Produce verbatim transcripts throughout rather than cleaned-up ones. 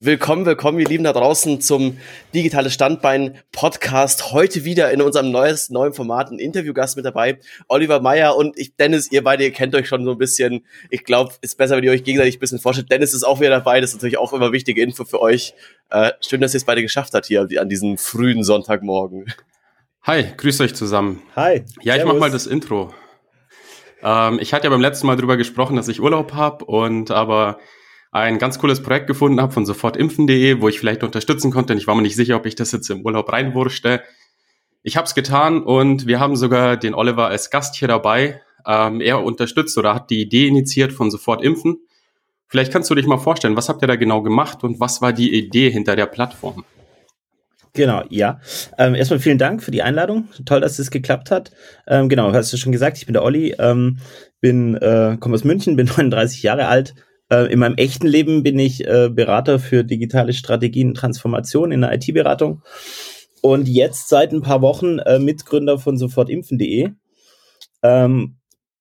Willkommen, willkommen, ihr Lieben da draußen zum Digitales Standbein Podcast. Heute wieder in unserem neues, neuen Format ein Interviewgast mit dabei, Oliver Meier und ich, Dennis, ihr beide, ihr kennt euch schon so ein bisschen. Ich glaube, es ist besser, wenn ihr euch gegenseitig ein bisschen vorstellt. Dennis ist auch wieder dabei, das ist natürlich auch immer wichtige Info für euch. Äh, schön, dass ihr es beide geschafft habt hier an diesem frühen Sonntagmorgen. Hi, grüßt euch zusammen. Hi. Ja, ich mach mal das Intro. Ähm, ich hatte ja beim letzten Mal drüber gesprochen, dass ich Urlaub habe und aber ein ganz cooles Projekt gefunden habe von sofortimpfen punkt de, wo ich vielleicht unterstützen konnte. Und ich war mir nicht sicher, ob ich das jetzt im Urlaub reinwurschte. Ich habe es getan und wir haben sogar den Oliver als Gast hier dabei. Ähm, er unterstützt oder hat die Idee initiiert von Sofortimpfen. Vielleicht kannst du dich mal vorstellen, was habt ihr da genau gemacht und was war die Idee hinter der Plattform? Genau, ja. Ähm, erstmal vielen Dank für die Einladung. Toll, dass es geklappt hat. Ähm, genau, hast du schon gesagt, ich bin der Olli, ähm, bin, äh, komme aus München, bin neununddreißig Jahre alt. In meinem echten Leben bin ich äh, Berater für digitale Strategien und Transformation in der I T-Beratung und jetzt seit ein paar Wochen äh, Mitgründer von sofortimpfen punkt de. Ähm,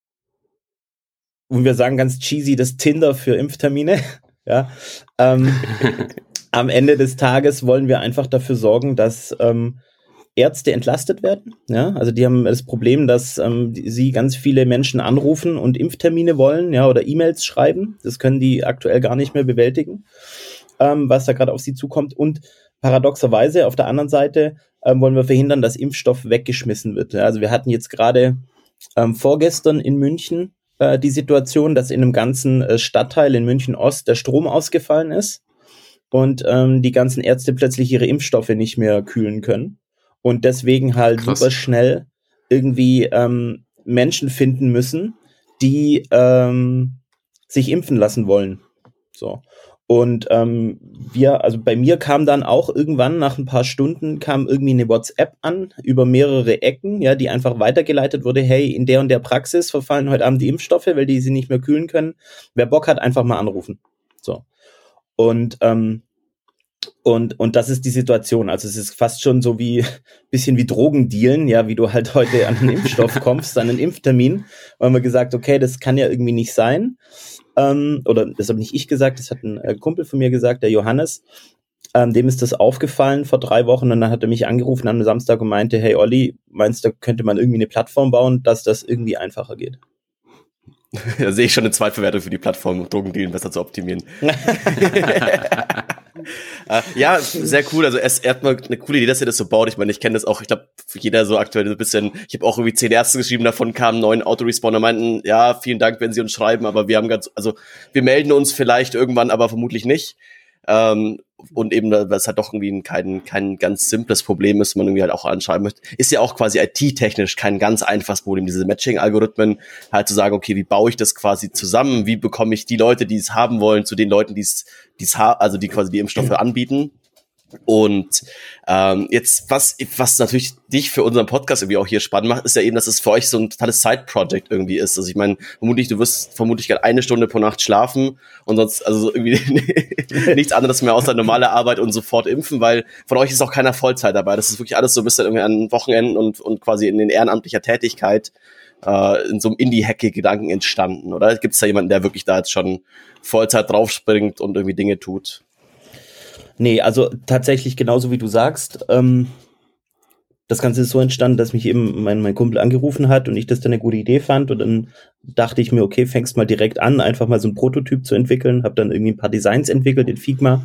und wir sagen ganz cheesy, das Tinder für Impftermine. ja. Ähm, am Ende des Tages wollen wir einfach dafür sorgen, dass ähm, Ärzte entlastet werden. Ja, also die haben das Problem, dass ähm, die, sie ganz viele Menschen anrufen und Impftermine wollen, ja, oder E-Mails schreiben. Das können die aktuell gar nicht mehr bewältigen, ähm, was da gerade auf sie zukommt. Und paradoxerweise auf der anderen Seite ähm, wollen wir verhindern, dass Impfstoff weggeschmissen wird. Ja, also wir hatten jetzt gerade ähm, vorgestern in München äh, die Situation, dass in einem ganzen äh, Stadtteil in München Ost der Strom ausgefallen ist und ähm, die ganzen Ärzte plötzlich ihre Impfstoffe nicht mehr kühlen können. Und deswegen halt Krass. super schnell irgendwie ähm, Menschen finden müssen, die ähm, sich impfen lassen wollen. So. Und ähm, wir, also bei mir kam dann auch irgendwann nach ein paar Stunden kam irgendwie eine WhatsApp an über mehrere Ecken, ja, die einfach weitergeleitet wurde, hey, in der und der Praxis verfallen heute Abend die Impfstoffe, weil die sie nicht mehr kühlen können. Wer Bock hat, einfach mal anrufen. So. Und ähm, Und, und das ist die Situation. Also es ist fast schon so wie, bisschen wie Drogendealen, ja, wie du halt heute an einen Impfstoff kommst, an einen Impftermin. Und haben wir gesagt, okay, das kann ja irgendwie nicht sein. Ähm, oder das habe nicht ich gesagt, das hat ein äh, Kumpel von mir gesagt, der Johannes. Ähm, dem ist das aufgefallen vor drei Wochen und dann hat er mich angerufen am Samstag und meinte, hey Olli, meinst du, könnte man irgendwie eine Plattform bauen, dass das irgendwie einfacher geht? Da sehe ich schon eine Zweitverwertung für die Plattform, um Drogendealen besser zu optimieren. uh, ja, sehr cool. Also es erstmal eine coole Idee, dass ihr das so baut. Ich meine, ich kenne das auch, ich glaube, jeder so aktuell so ein bisschen, ich habe auch irgendwie zehn Ärzte geschrieben, davon kamen neun Autoresponder, meinten, ja, vielen Dank, wenn Sie uns schreiben, aber wir haben ganz, also wir melden uns vielleicht irgendwann, aber vermutlich nicht. Ähm, und eben, weil es halt doch irgendwie kein, kein ganz simples Problem ist, man irgendwie halt auch anschreiben möchte, ist ja auch quasi I T-technisch kein ganz einfaches Problem, diese Matching-Algorithmen, halt zu sagen, okay, wie baue ich das quasi zusammen, wie bekomme ich die Leute, die es haben wollen, zu den Leuten, die es, die es haben, also die quasi die Impfstoffe anbieten. Und ähm, jetzt, was was natürlich dich für unseren Podcast irgendwie auch hier spannend macht, ist ja eben, dass es für euch so ein totales Side-Project irgendwie ist. Also ich meine, vermutlich, du wirst vermutlich gerade eine Stunde pro Nacht schlafen und sonst also irgendwie nichts anderes mehr außer normale Arbeit und sofort impfen, weil von euch ist auch keiner Vollzeit dabei. Das ist wirklich alles so ein bisschen irgendwie an Wochenenden und und quasi in den ehrenamtlicher Tätigkeit äh, in so einem Indie-Hacking-Gedanken entstanden, oder? Gibt es da jemanden, der wirklich da jetzt schon Vollzeit draufspringt und irgendwie Dinge tut? Nee, also tatsächlich genauso wie du sagst. Ähm, das Ganze ist so entstanden, dass mich eben mein, mein Kumpel angerufen hat und ich das dann eine gute Idee fand und dann dachte ich mir, okay, fängst mal direkt an, einfach mal so ein Prototyp zu entwickeln, habe dann irgendwie ein paar Designs entwickelt in Figma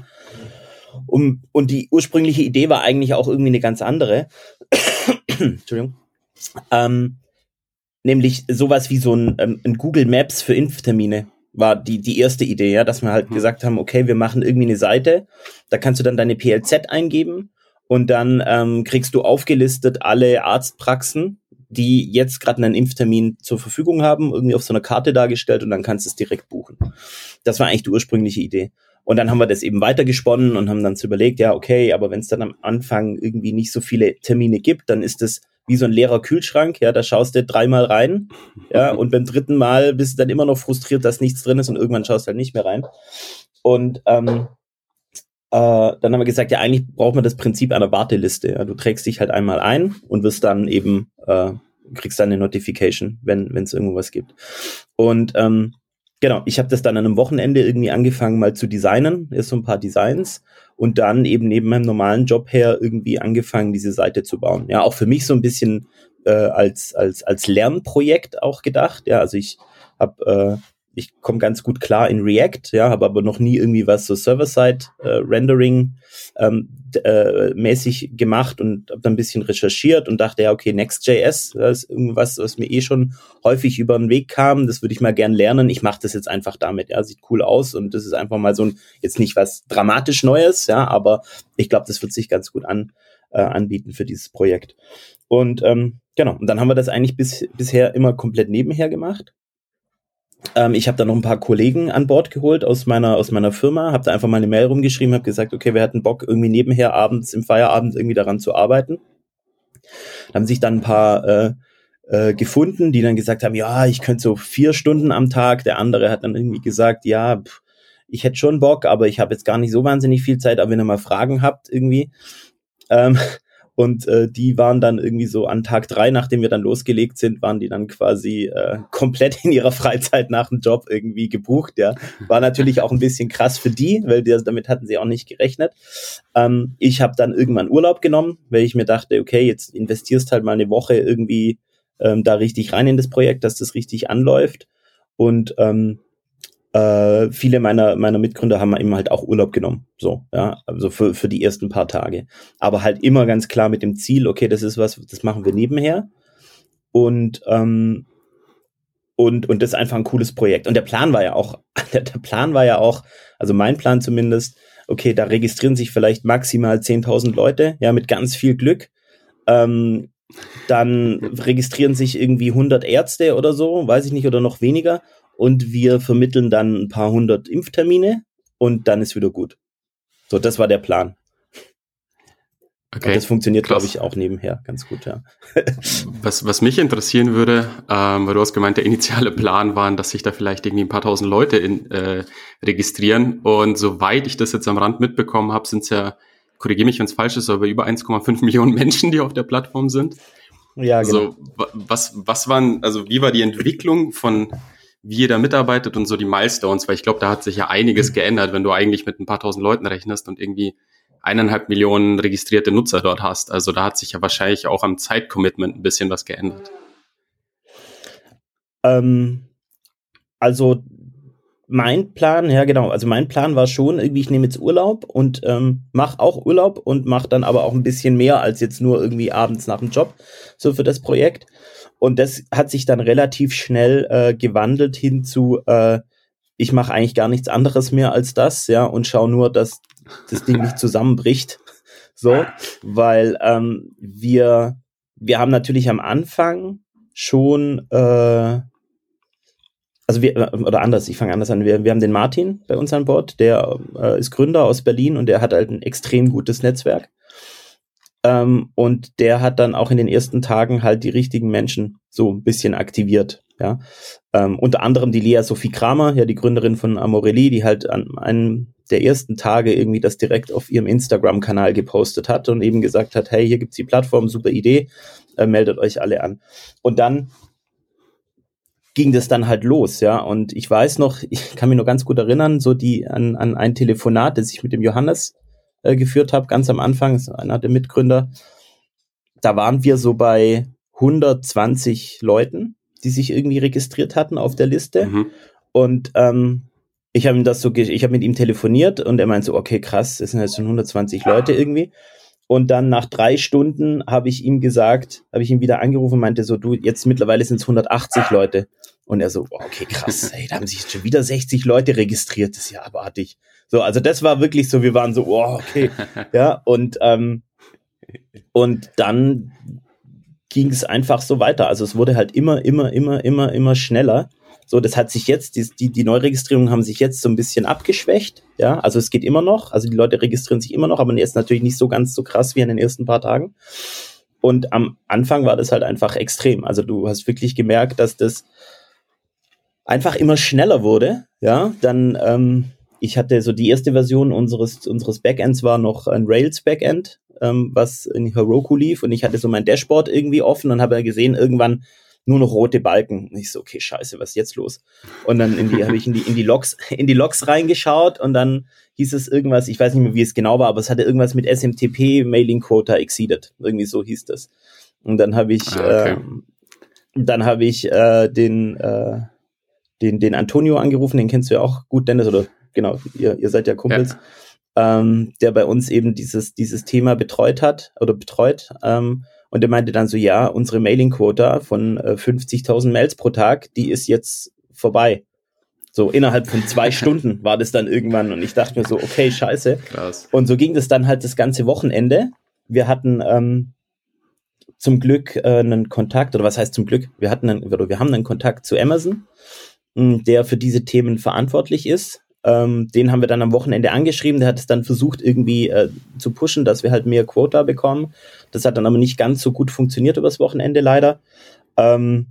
um, und die ursprüngliche Idee war eigentlich auch irgendwie eine ganz andere. Entschuldigung. Ähm, nämlich sowas wie so ein, ähm, ein Google Maps für Impftermine. War die die erste Idee, ja, dass wir halt mhm. gesagt haben, okay, wir machen irgendwie eine Seite, da kannst du dann deine P L Z eingeben und dann ähm, kriegst du aufgelistet alle Arztpraxen, die jetzt gerade einen Impftermin zur Verfügung haben, irgendwie auf so einer Karte dargestellt und dann kannst du es direkt buchen. Das war eigentlich die ursprüngliche Idee. Und dann haben wir das eben weitergesponnen und haben dann so überlegt, ja, okay, aber wenn es dann am Anfang irgendwie nicht so viele Termine gibt, dann ist das wie so ein leerer Kühlschrank, ja, da schaust du dreimal rein, ja, und beim dritten Mal bist du dann immer noch frustriert, dass nichts drin ist und irgendwann schaust du halt nicht mehr rein. Und ähm, äh, dann haben wir gesagt, ja, eigentlich braucht man das Prinzip einer Warteliste, ja, du trägst dich halt einmal ein und wirst dann eben, äh, kriegst dann eine Notification, wenn wenn es irgendwo was gibt. Und ähm, genau, ich habe das dann an einem Wochenende irgendwie angefangen mal zu designen, erst so ein paar Designs und dann eben neben meinem normalen Job her irgendwie angefangen, diese Seite zu bauen. Ja, auch für mich so ein bisschen äh, als als als Lernprojekt auch gedacht. Ja, also ich habe äh, ich komme ganz gut klar in React, ja, habe aber noch nie irgendwie was so Server-Side-Rendering äh, ähm, äh, mäßig gemacht und habe dann ein bisschen recherchiert und dachte, ja, okay, Next.js, das ist irgendwas, was mir eh schon häufig über den Weg kam, das würde ich mal gern lernen. Ich mache das jetzt einfach damit, ja, sieht cool aus und das ist einfach mal so ein, jetzt nicht was dramatisch Neues, ja, aber ich glaube, das wird sich ganz gut an, äh, anbieten für dieses Projekt. Und ähm, genau, und dann haben wir das eigentlich bis, bisher immer komplett nebenher gemacht. Ähm, ich habe da noch ein paar Kollegen an Bord geholt aus meiner aus meiner Firma, habe da einfach mal eine Mail rumgeschrieben, habe gesagt, okay, wir hatten Bock, irgendwie nebenher abends im Feierabend irgendwie daran zu arbeiten. Da haben sich dann ein paar äh, äh, gefunden, die dann gesagt haben, ja, ich könnte so vier Stunden am Tag. Der andere hat dann irgendwie gesagt, ja, pff, ich hätte schon Bock, aber ich habe jetzt gar nicht so wahnsinnig viel Zeit, aber wenn ihr mal Fragen habt irgendwie. Ähm, Und äh, die waren dann irgendwie so an Tag drei, nachdem wir dann losgelegt sind, waren die dann quasi äh, komplett in ihrer Freizeit nach dem Job irgendwie gebucht. Ja, war natürlich auch ein bisschen krass für die, weil die, damit hatten sie auch nicht gerechnet. Ähm, ich habe dann irgendwann Urlaub genommen, weil ich mir dachte, okay, jetzt investierst halt mal eine Woche irgendwie ähm, da richtig rein in das Projekt, dass das richtig anläuft. Und ähm, Äh, viele meiner meiner Mitgründer haben eben halt auch Urlaub genommen, so, ja, also für für die ersten paar Tage, aber halt immer ganz klar mit dem Ziel, okay, das ist was, das machen wir nebenher und ähm, und und das ist einfach ein cooles Projekt und der Plan war ja auch, der, der Plan war ja auch, also mein Plan zumindest, okay, da registrieren sich vielleicht maximal zehntausend Leute, ja, mit ganz viel Glück, ähm, dann registrieren sich irgendwie hundert Ärzte oder so, weiß ich nicht, oder noch weniger. Und wir vermitteln dann ein paar hundert Impftermine und dann ist wieder gut. So, das war der Plan. Okay, und das funktioniert, glaube ich, auch nebenher ganz gut, ja. Was, was mich interessieren würde, ähm, weil du hast gemeint, der initiale Plan war, dass sich da vielleicht irgendwie ein paar tausend Leute in, äh, registrieren. Und soweit ich das jetzt am Rand mitbekommen habe, sind es ja, korrigiere mich, wenn es falsch ist, aber über eins Komma fünf Millionen Menschen, die auf der Plattform sind. Ja, genau. Also, was, was waren, also wie war die Entwicklung von wie ihr da mitarbeitet und so die Milestones, weil ich glaube, da hat sich ja einiges geändert, wenn du eigentlich mit ein paar tausend Leuten rechnest und irgendwie eineinhalb Millionen registrierte Nutzer dort hast. Also da hat sich ja wahrscheinlich auch am Zeitcommitment ein bisschen was geändert. Ähm, also mein Plan, ja genau, also mein Plan war schon, irgendwie ich nehme jetzt Urlaub und ähm, mache auch Urlaub und mache dann aber auch ein bisschen mehr als jetzt nur irgendwie abends nach dem Job, so für das Projekt. Und das hat sich dann relativ schnell äh, gewandelt hin zu, äh, ich mache eigentlich gar nichts anderes mehr als das, ja, und schaue nur, dass das Ding nicht zusammenbricht. So, weil ähm, wir, wir haben natürlich am Anfang schon, äh, also wir, oder anders, ich fange anders an, wir, wir haben den Martin bei uns an Bord, der äh, ist Gründer aus Berlin und der hat halt ein extrem gutes Netzwerk. Ähm, und der hat dann auch in den ersten Tagen halt die richtigen Menschen so ein bisschen aktiviert, ja. Ähm, unter anderem die Lea Sophie Kramer, ja, die Gründerin von Amorelli, die halt an einem der ersten Tage irgendwie das direkt auf ihrem Instagram-Kanal gepostet hat und eben gesagt hat, hey, hier gibt's die Plattform, super Idee, äh, meldet euch alle an. Und dann ging das dann halt los, ja. Und ich weiß noch, ich kann mich noch ganz gut erinnern, so die an, an ein Telefonat, das ich mit dem Johannes geführt habe, ganz am Anfang, ist einer der Mitgründer, da waren wir so bei hundertzwanzig Leuten, die sich irgendwie registriert hatten auf der Liste. Mhm. Und ähm, ich habe ihm das so, ich habe mit ihm telefoniert und er meinte so, okay, krass, das sind jetzt schon hundertzwanzig Leute irgendwie. Und dann nach drei Stunden habe ich ihm gesagt, habe ich ihn wieder angerufen und meinte so, du, jetzt mittlerweile sind es hundertachtzig Leute. Und er so, okay, krass, ey, da haben sich jetzt schon wieder sechzig Leute registriert, das ist ja abartig. So, also das war wirklich so, wir waren so, oh, okay, ja, und ähm, und dann ging es einfach so weiter. Also es wurde halt immer, immer, immer, immer, immer schneller. So, das hat sich jetzt, die, die, die Neuregistrierungen haben sich jetzt so ein bisschen abgeschwächt, ja, also es geht immer noch, also die Leute registrieren sich immer noch, aber jetzt natürlich nicht so ganz so krass wie in den ersten paar Tagen. Und am Anfang war das halt einfach extrem. Also du hast wirklich gemerkt, dass das einfach immer schneller wurde, ja, dann, ähm, ich hatte so die erste Version unseres unseres Backends war noch ein Rails Backend, ähm, was in Heroku lief und ich hatte so mein Dashboard irgendwie offen und habe ja gesehen, irgendwann nur noch rote Balken. Und ich so, okay, scheiße, was ist jetzt los? Und dann in die, habe ich in die, in die Logs, in die Logs reingeschaut und dann hieß es irgendwas, ich weiß nicht mehr, wie es genau war, aber es hatte irgendwas mit S M T P, Mailing Quota exceeded. Irgendwie so hieß das. Und dann habe ich, ah, okay. äh, dann habe ich äh, den, äh, den, den Antonio angerufen, den kennst du ja auch gut, Dennis, oder genau, ihr, ihr seid ja Kumpels, ja. Ähm, der bei uns eben dieses, dieses Thema betreut hat oder betreut. Ähm, und der meinte dann so, ja, unsere Mailing-Quota von äh, fünfzigtausend Mails pro Tag, die ist jetzt vorbei. So innerhalb von zwei Stunden war das dann irgendwann und ich dachte mir so, okay, scheiße. Krass. Und so ging das dann halt das ganze Wochenende. Wir hatten ähm, zum Glück äh, einen Kontakt, oder was heißt zum Glück? Wir hatten einen, oder wir haben einen Kontakt zu Amazon, mh, der für diese Themen verantwortlich ist. Ähm, den haben wir dann am Wochenende angeschrieben. Der hat es dann versucht irgendwie äh, zu pushen, dass wir halt mehr Quota bekommen. Das hat dann aber nicht ganz so gut funktioniert übers Wochenende leider. Ähm,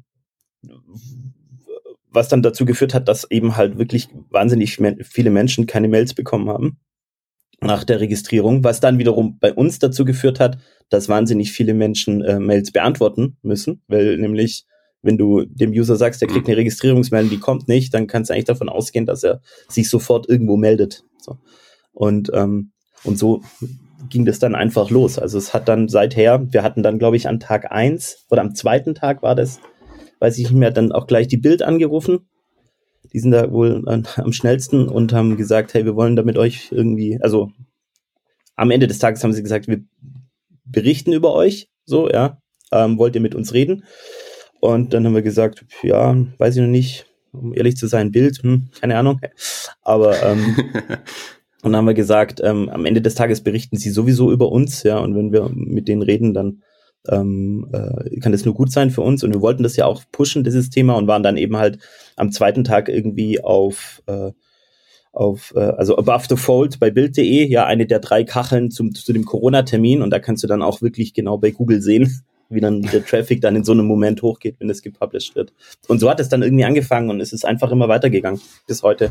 was dann dazu geführt hat, dass eben halt wirklich wahnsinnig viele Menschen keine Mails bekommen haben nach der Registrierung, was dann wiederum bei uns dazu geführt hat, dass wahnsinnig viele Menschen äh, Mails beantworten müssen, weil nämlich, wenn du dem User sagst, der kriegt eine Registrierungsmail, die kommt nicht, dann kannst du eigentlich davon ausgehen, dass er sich sofort irgendwo meldet. So. Und, ähm, und so ging das dann einfach los. Also es hat dann seither, wir hatten dann, glaube ich, an Tag eins oder am zweiten Tag war das, weiß ich nicht mehr, dann auch gleich die Bild angerufen. Die sind da wohl an, am schnellsten und haben gesagt, hey, wir wollen da mit euch irgendwie, also am Ende des Tages haben sie gesagt, wir berichten über euch, so, ja, ähm, wollt ihr mit uns reden? Und dann haben wir gesagt, ja, weiß ich noch nicht, um ehrlich zu sein, Bild, hm, keine Ahnung, aber ähm, und dann haben wir gesagt, ähm, am Ende des Tages berichten sie sowieso über uns, ja, und wenn wir mit denen reden, dann Ähm, äh, kann das nur gut sein für uns und wir wollten das ja auch pushen, dieses Thema, und waren dann eben halt am zweiten Tag irgendwie auf, äh, auf äh, also Above the Fold bei Bild punkt de, ja, eine der drei Kacheln zum, zu dem Corona-Termin, und da kannst du dann auch wirklich genau bei Google sehen, wie dann der Traffic dann in so einem Moment hochgeht, wenn das gepublished wird. Und so hat es dann irgendwie angefangen und es ist einfach immer weitergegangen bis heute.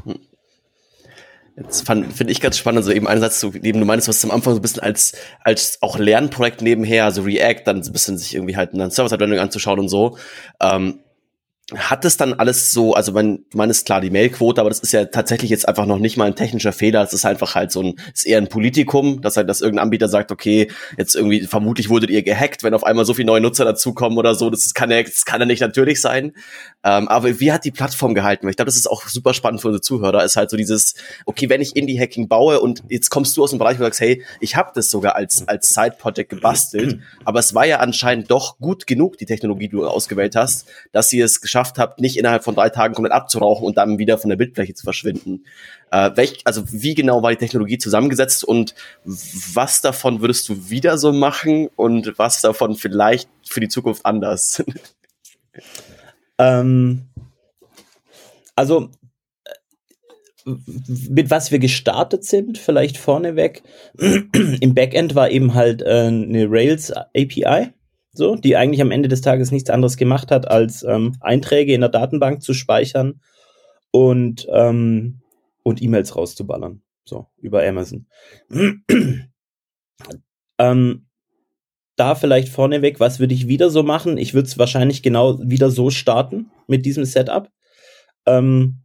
Jetzt finde ich ganz spannend, also eben einerseits, so, eben du meinst, was am Anfang so ein bisschen als als auch Lernprojekt nebenher, also React, dann so ein bisschen sich irgendwie halt eine Server-Side-Rendering anzuschauen und so. Ähm, hat es dann alles so, also man, du meinst klar die Mailquote, aber das ist ja tatsächlich jetzt einfach noch nicht mal ein technischer Fehler, es ist einfach halt so ein, ist eher ein Politikum, dass halt, dass irgendein Anbieter sagt, okay, jetzt irgendwie, vermutlich wurdet ihr gehackt, wenn auf einmal so viele neue Nutzer dazukommen oder so, das kann ja, das kann ja nicht natürlich sein. Ähm, aber wie hat die Plattform gehalten? Weil ich glaube, das ist auch super spannend für unsere Zuhörer, ist halt so dieses, okay, wenn ich Indie-Hacking baue und jetzt kommst du aus dem Bereich, wo du sagst, hey, ich habe das sogar als, als Side-Project gebastelt, aber es war ja anscheinend doch gut genug, die Technologie, die du ausgewählt hast, dass ihr es geschafft habt, nicht innerhalb von drei Tagen komplett abzurauchen und dann wieder von der Bildfläche zu verschwinden. Äh, welch, also wie genau war die Technologie zusammengesetzt und was davon würdest du wieder so machen und was davon vielleicht für die Zukunft anders? ähm, also mit was wir gestartet sind, vielleicht vorneweg. Im Backend war eben halt äh, eine Rails A P I, so, die eigentlich am Ende des Tages nichts anderes gemacht hat, als ähm, Einträge in der Datenbank zu speichern und, ähm, und E-Mails rauszuballern, so, über Amazon. ähm, da vielleicht vorneweg, was würde ich wieder so machen? Ich würde es wahrscheinlich genau wieder so starten mit diesem Setup, ähm,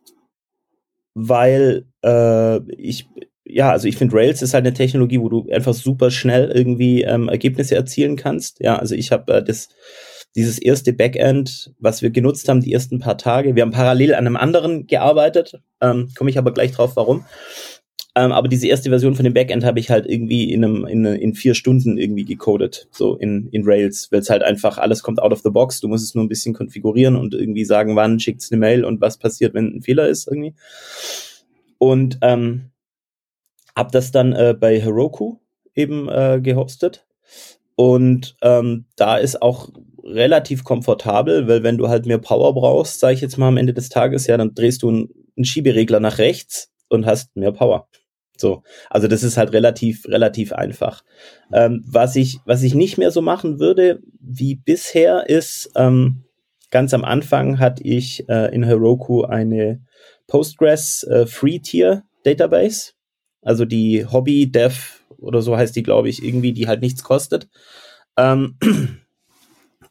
weil äh, ich ja, also ich finde, Rails ist halt eine Technologie, wo du einfach super schnell irgendwie ähm, Ergebnisse erzielen kannst. Ja, also ich habe äh, das dieses erste Backend, was wir genutzt haben, die ersten paar Tage. Wir haben parallel an einem anderen gearbeitet, ähm, komme ich aber gleich drauf, warum. Ähm, aber diese erste Version von dem Backend habe ich halt irgendwie in einem in, in vier Stunden irgendwie gecodet, so in in Rails, weil es halt einfach alles kommt out of the box. Du musst es nur ein bisschen konfigurieren und irgendwie sagen, wann schickt's eine Mail und was passiert, wenn ein Fehler ist irgendwie. Und ähm, hab das dann äh, bei Heroku eben äh, gehostet und ähm, da ist auch relativ komfortabel, weil wenn du halt mehr Power brauchst, sage ich jetzt mal am Ende des Tages, ja, dann drehst du einen, einen Schieberegler nach rechts und hast mehr Power. So, also das ist halt relativ relativ einfach. Ähm, was ich was ich nicht mehr so machen würde wie bisher ist, ähm, ganz am Anfang hatte ich äh, in Heroku eine Postgres äh, Free Tier Database. Also die Hobby Dev oder so heißt die, glaube ich, irgendwie, die halt nichts kostet. Ähm,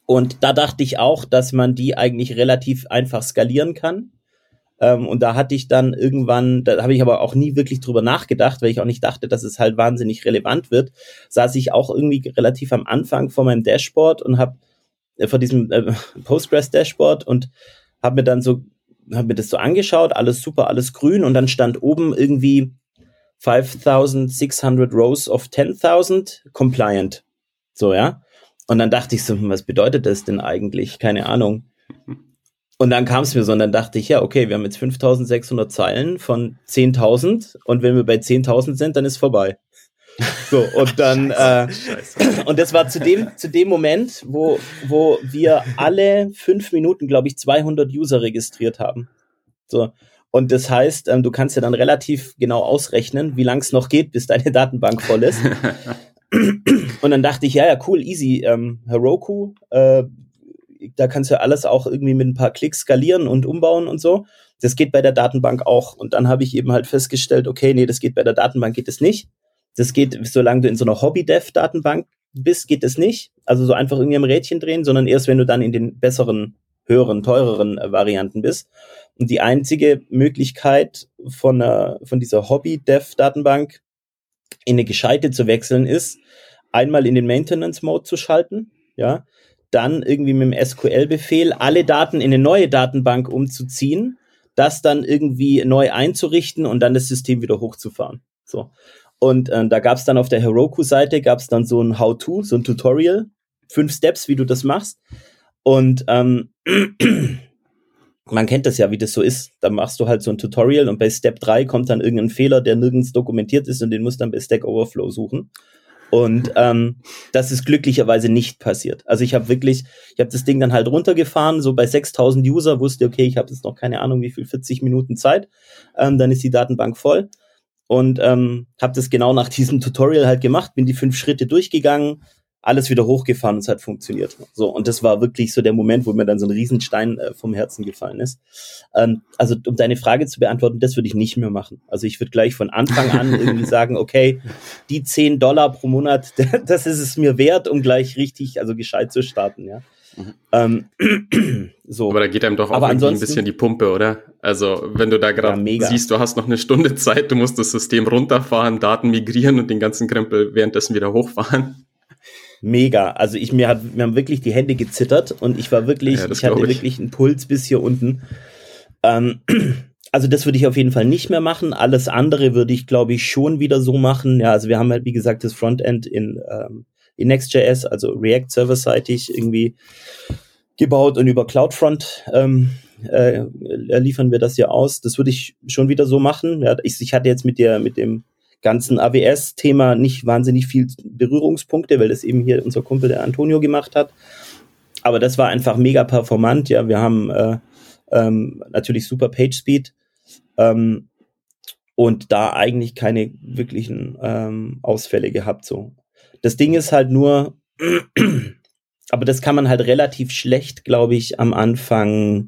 Und da dachte ich auch, dass man die eigentlich relativ einfach skalieren kann. Ähm, und da hatte ich dann irgendwann, da habe ich aber auch nie wirklich drüber nachgedacht, weil ich auch nicht dachte, dass es halt wahnsinnig relevant wird, saß ich auch irgendwie relativ am Anfang vor meinem Dashboard und habe äh, vor diesem äh, Postgres-Dashboard und habe mir dann so, habe mir das so angeschaut, alles super, alles grün und dann stand oben irgendwie fünftausendsechshundert rows of ten-tausend compliant. So, ja. Und dann dachte ich so, was bedeutet das denn eigentlich? Keine Ahnung. Und dann kam es mir so und dann dachte ich, ja, okay, wir haben jetzt fünftausendsechshundert Zeilen von zehntausend und wenn wir bei zehntausend sind, dann ist vorbei. So, und dann, Scheiße, äh, Scheiße. Und das war zu dem, zu dem Moment, wo, wo wir alle fünf Minuten, glaube ich, zweihundert User registriert haben. So. Und das heißt, ähm, du kannst ja dann relativ genau ausrechnen, wie lang es noch geht, bis deine Datenbank voll ist. Und dann dachte ich, ja, ja, cool, easy, ähm, Heroku, äh, da kannst du alles auch irgendwie mit ein paar Klicks skalieren und umbauen und so. Das geht bei der Datenbank auch. Und dann habe ich eben halt festgestellt, okay, nee, das geht bei der Datenbank, geht es nicht. Das geht, solange du in so einer Hobby-Dev-Datenbank bist, geht es nicht. Also so einfach irgendwie am Rädchen drehen, sondern erst, wenn du dann in den besseren, höheren, teureren äh, Varianten bist. Und die einzige Möglichkeit von, einer, von dieser Hobby-Dev-Datenbank in eine gescheite zu wechseln ist, einmal in den Maintenance-Mode zu schalten, ja, dann irgendwie mit dem S Q L-Befehl alle Daten in eine neue Datenbank umzuziehen, das dann irgendwie neu einzurichten und dann das System wieder hochzufahren. So. Und äh, da gab es dann auf der Heroku-Seite, gab es dann so ein How-To, so ein Tutorial, fünf Steps, wie du das machst. Und ähm, man kennt das ja, wie das so ist. Da machst du halt so ein Tutorial und bei Step drei kommt dann irgendein Fehler, der nirgends dokumentiert ist und den musst du dann bei Stack Overflow suchen. Und ähm, das ist glücklicherweise nicht passiert. Also ich habe wirklich, ich habe das Ding dann halt runtergefahren, so bei sechstausend User, wusste, okay, ich habe jetzt noch keine Ahnung, wie viel, vierzig Minuten Zeit, ähm, dann ist die Datenbank voll. Und ähm, habe das genau nach diesem Tutorial halt gemacht, bin die fünf Schritte durchgegangen, alles wieder hochgefahren und es hat funktioniert. So, und das war wirklich so der Moment, wo mir dann so ein Riesenstein äh, vom Herzen gefallen ist. Ähm, also um deine Frage zu beantworten, das würde ich nicht mehr machen. Also ich würde gleich von Anfang an irgendwie sagen, okay, die zehn Dollar pro Monat, das ist es mir wert, um gleich richtig, also gescheit zu starten, ja. Mhm. Ähm, so. Aber da geht einem doch auch Aber irgendwie ein bisschen die Pumpe, oder? Also wenn du da gerade ja, siehst, du hast noch eine Stunde Zeit, du musst das System runterfahren, Daten migrieren und den ganzen Krempel währenddessen wieder hochfahren. Mega. Also ich mir hat mir haben wirklich die Hände gezittert und ich war wirklich, ja, ich hatte ich. wirklich einen Puls bis hier unten. Ähm, also das würde ich auf jeden Fall nicht mehr machen. Alles andere würde ich, glaube ich, schon wieder so machen. Ja, also wir haben halt, wie gesagt, das Frontend in, ähm, in Next.js, also React serverseitig irgendwie gebaut und über CloudFront ähm, äh, liefern wir das ja aus. Das würde ich schon wieder so machen. Ja, ich, ich hatte jetzt mit der, mit dem ganzen A W S-Thema nicht wahnsinnig viel Berührungspunkte, weil das eben hier unser Kumpel, der Antonio, gemacht hat. Aber das war einfach mega performant. Ja, wir haben äh, ähm, natürlich super PageSpeed ähm, und da eigentlich keine wirklichen ähm, Ausfälle gehabt. So. Das Ding ist halt nur, aber das kann man halt relativ schlecht, glaube ich, am Anfang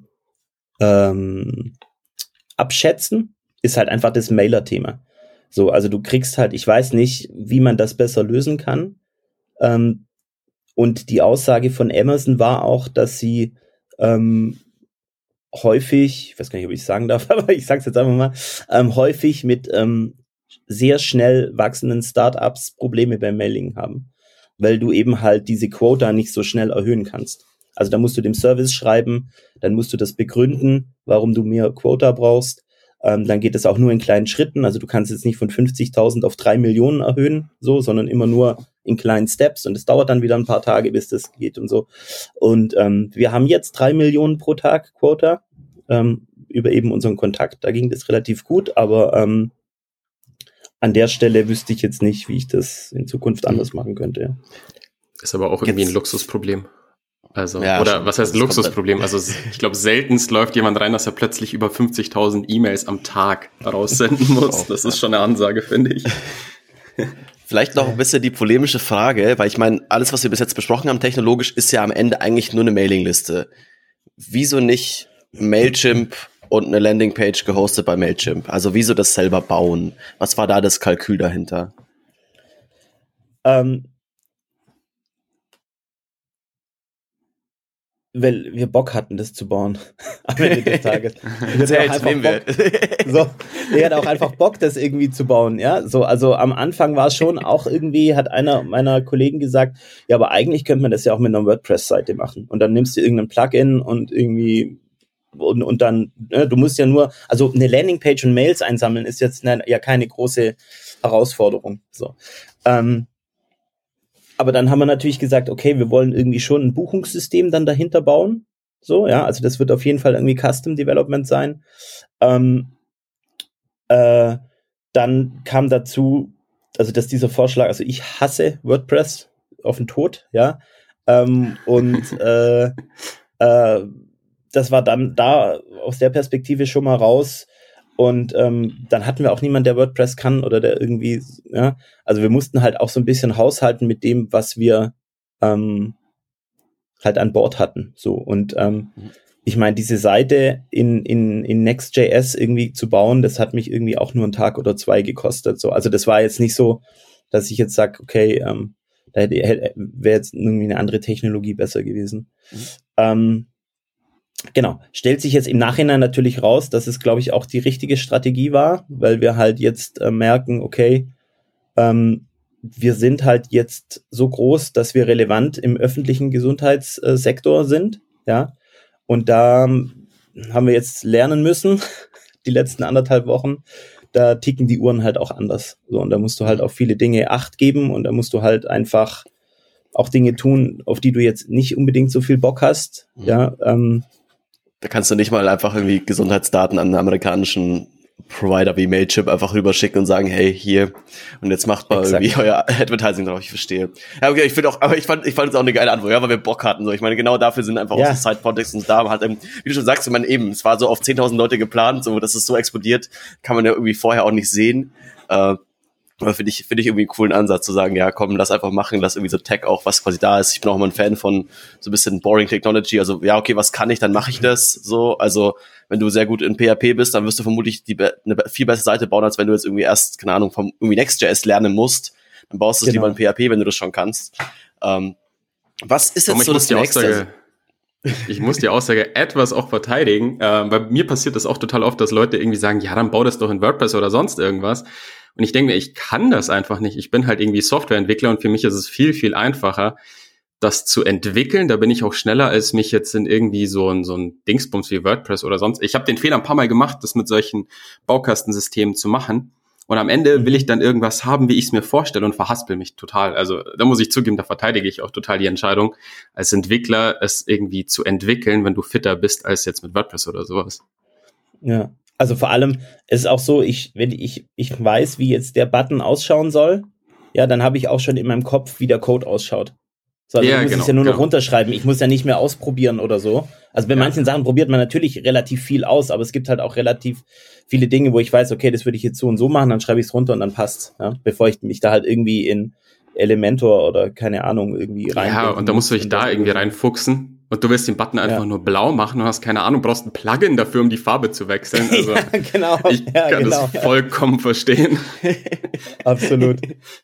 ähm, abschätzen. Ist halt einfach das Mailer-Thema. So, also du kriegst halt, ich weiß nicht, wie man das besser lösen kann. Ähm, und die Aussage von Amazon war auch, dass sie ähm, häufig, ich weiß gar nicht, ob ich es sagen darf, aber ich sag's jetzt einfach mal, ähm, häufig mit ähm, sehr schnell wachsenden Startups Probleme beim Mailing haben, weil du eben halt diese Quota nicht so schnell erhöhen kannst. Also da musst du dem Service schreiben, dann musst du das begründen, warum du mehr Quota brauchst. Ähm, dann geht es auch nur in kleinen Schritten. Also du kannst jetzt nicht von fünfzigtausend auf drei Millionen erhöhen, so, sondern immer nur in kleinen Steps. Und es dauert dann wieder ein paar Tage, bis das geht und so. Und ähm, wir haben jetzt drei Millionen pro Tag Quota ähm, über eben unseren Kontakt. Da ging das relativ gut, aber ähm, an der Stelle wüsste ich jetzt nicht, wie ich das in Zukunft anders machen könnte. Ja. Ist aber auch irgendwie jetzt ein Luxusproblem. Also, ja, oder schon. Was heißt Luxusproblem? Also ich glaube, seltenst läuft jemand rein, dass er plötzlich über fünfzigtausend E-Mails am Tag raussenden muss. Das ist schon eine Ansage, finde ich. Vielleicht noch ein bisschen die polemische Frage, weil ich meine, alles, was wir bis jetzt besprochen haben technologisch, ist ja am Ende eigentlich nur eine Mailingliste. Wieso nicht Mailchimp und eine Landingpage gehostet bei Mailchimp? Also wieso das selber bauen? Was war da das Kalkül dahinter? Ähm weil wir Bock hatten, das zu bauen. Am Ende des Tages. Ich Sehr, hatte, auch nehmen wir. Bock, so, ich hatte auch einfach Bock, das irgendwie zu bauen. Ja, so, also am Anfang war es schon auch irgendwie, hat einer meiner Kollegen gesagt, ja, aber eigentlich könnte man das ja auch mit einer WordPress-Seite machen. Und dann nimmst du irgendein Plugin und irgendwie und, und dann, ne, du musst ja nur, also eine Landingpage und Mails einsammeln ist jetzt ne, ja keine große Herausforderung. So. Ähm, Aber dann haben wir natürlich gesagt, okay, wir wollen irgendwie schon ein Buchungssystem dann dahinter bauen. So, ja, also das wird auf jeden Fall irgendwie Custom Development sein. Ähm, äh, dann kam dazu, also dass dieser Vorschlag, also ich hasse WordPress auf den Tod, ja. Ähm, und äh, äh, das war dann da aus der Perspektive schon mal raus. Und ähm, dann hatten wir auch niemanden, der WordPress kann oder der irgendwie, ja, also wir mussten halt auch so ein bisschen haushalten mit dem, was wir ähm, halt an Bord hatten. So und ähm, ich meine, diese Seite in in in Next.js irgendwie zu bauen, das hat mich irgendwie auch nur einen Tag oder zwei gekostet. So, also das war jetzt nicht so, dass ich jetzt sage, okay, ähm, da wäre jetzt irgendwie eine andere Technologie besser gewesen. Mhm. Ähm, Genau, stellt sich jetzt im Nachhinein natürlich raus, dass es, glaube ich, auch die richtige Strategie war, weil wir halt jetzt äh, merken, okay, ähm, wir sind halt jetzt so groß, dass wir relevant im öffentlichen Gesundheitssektor sind, ja, und da ähm, haben wir jetzt lernen müssen, die letzten anderthalb Wochen, da ticken die Uhren halt auch anders, so, und da musst du halt auf viele Dinge Acht geben und da musst du halt einfach auch Dinge tun, auf die du jetzt nicht unbedingt so viel Bock hast, mhm. ja, ähm, Da kannst du nicht mal einfach irgendwie Gesundheitsdaten an einen amerikanischen Provider wie Mailchimp einfach rüberschicken und sagen, hey, hier, und jetzt macht mal Exakt. irgendwie euer Advertising drauf, ich verstehe. Ja, okay, ich finde auch, aber ich fand, ich fand es auch eine geile Antwort, ja, weil wir Bock hatten, so. Ich meine, genau dafür sind einfach ja. auch so Side-Projects und da halt, wie du schon sagst, ich meine, eben, es war so auf zehntausend Leute geplant, so, dass es so explodiert, kann man ja irgendwie vorher auch nicht sehen, äh, aber finde ich, finde ich irgendwie einen coolen Ansatz zu sagen, ja, komm, lass einfach machen, lass irgendwie so Tech auch, was quasi da ist. Ich bin auch immer ein Fan von so ein bisschen Boring Technology. Also, ja, okay, was kann ich, dann mache ich das so. Also, wenn du sehr gut in P H P bist, dann wirst du vermutlich die, eine viel bessere Seite bauen, als wenn du jetzt irgendwie erst, keine Ahnung, vom irgendwie Next.js lernen musst. Dann baust du es genau. lieber in P H P, wenn du das schon kannst. Ähm, was ist jetzt so das Nächste? Ich muss die Aussage etwas auch verteidigen. Äh, bei mir passiert das auch total oft, dass Leute irgendwie sagen, ja, dann bau das doch in WordPress oder sonst irgendwas. Und ich denke mir, ich kann das einfach nicht. Ich bin halt irgendwie Softwareentwickler und für mich ist es viel, viel einfacher, das zu entwickeln. Da bin ich auch schneller, als mich jetzt in irgendwie so ein, so ein Dingsbums wie WordPress oder sonst. Ich habe den Fehler ein paar Mal gemacht, das mit solchen Baukastensystemen zu machen. Und am Ende will ich dann irgendwas haben, wie ich es mir vorstelle und verhaspel mich total. Also da muss ich zugeben, da verteidige ich auch total die Entscheidung, als Entwickler es irgendwie zu entwickeln, wenn du fitter bist als jetzt mit WordPress oder sowas. Ja, also vor allem ist es auch so, ich, wenn ich, ich weiß, wie jetzt der Button ausschauen soll, ja, dann habe ich auch schon in meinem Kopf, wie der Code ausschaut. So, also ja, ich muss genau, es ja nur genau. noch runterschreiben. Ich muss ja nicht mehr ausprobieren oder so. Also bei ja. manchen Sachen probiert man natürlich relativ viel aus, aber es gibt halt auch relativ viele Dinge, wo ich weiß, okay, das würde ich jetzt so und so machen, dann schreibe ich es runter und dann passt's. Ja? Bevor ich mich da halt irgendwie in Elementor oder keine Ahnung irgendwie rein. Ja, und da musst du dich da irgendwie reinfuchsen. Und du willst den Button einfach ja. nur blau machen und hast keine Ahnung, brauchst ein Plugin dafür, um die Farbe zu wechseln. Also ja, genau. ich ja, kann genau. das vollkommen verstehen. Absolut.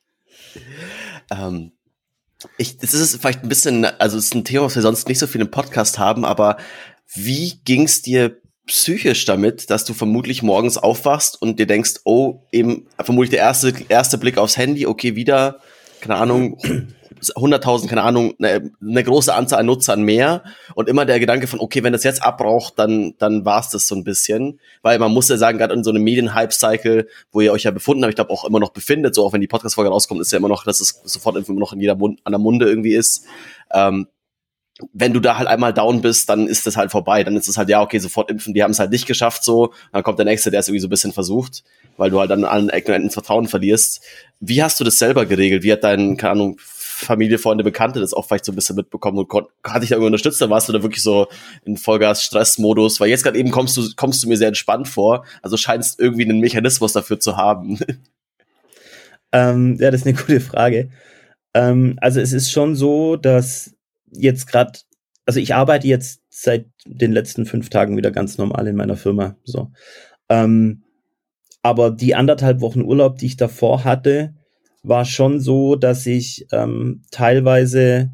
ähm, ich, das ist vielleicht ein bisschen, also es ist ein Thema, was wir sonst nicht so viel im Podcast haben, aber wie ging's dir psychisch damit, dass du vermutlich morgens aufwachst und dir denkst, oh, eben vermutlich der erste, erste Blick aufs Handy, okay, wieder, keine Ahnung, hunderttausend, keine Ahnung, eine, eine große Anzahl an Nutzern mehr und immer der Gedanke von, okay, wenn das jetzt abbraucht, dann dann war's das so ein bisschen, weil man muss ja sagen, gerade in so einem Medien-Hype-Cycle, wo ihr euch ja befunden habt, ich glaube auch immer noch befindet, so auch wenn die Podcast-Folge rauskommt, ist ja immer noch, dass es sofort immer noch in jeder Mund, an der Munde irgendwie ist, ähm, wenn du da halt einmal down bist, dann ist das halt vorbei, dann ist es halt, ja, okay, sofort impfen, die haben es halt nicht geschafft, so, dann kommt der Nächste, der ist irgendwie so ein bisschen versucht, weil du halt dann allen Ecken und Enden das Vertrauen verlierst. Wie hast du das selber geregelt? Wie hat dein, keine Ahnung, Familie, Freunde, Bekannte das auch vielleicht so ein bisschen mitbekommen und kon- hat dich da irgendwie unterstützt, dann warst du da wirklich so in Vollgas-Stress-Modus, weil jetzt gerade eben kommst du, kommst du mir sehr entspannt vor, also scheinst irgendwie einen Mechanismus dafür zu haben. Ähm, ja, das ist eine gute Frage. Ähm, also es ist schon so, dass jetzt gerade, also ich arbeite jetzt seit den letzten fünf Tagen wieder ganz normal in meiner Firma, so. Ähm, aber die anderthalb Wochen Urlaub, die ich davor hatte, war schon so, dass ich ähm, teilweise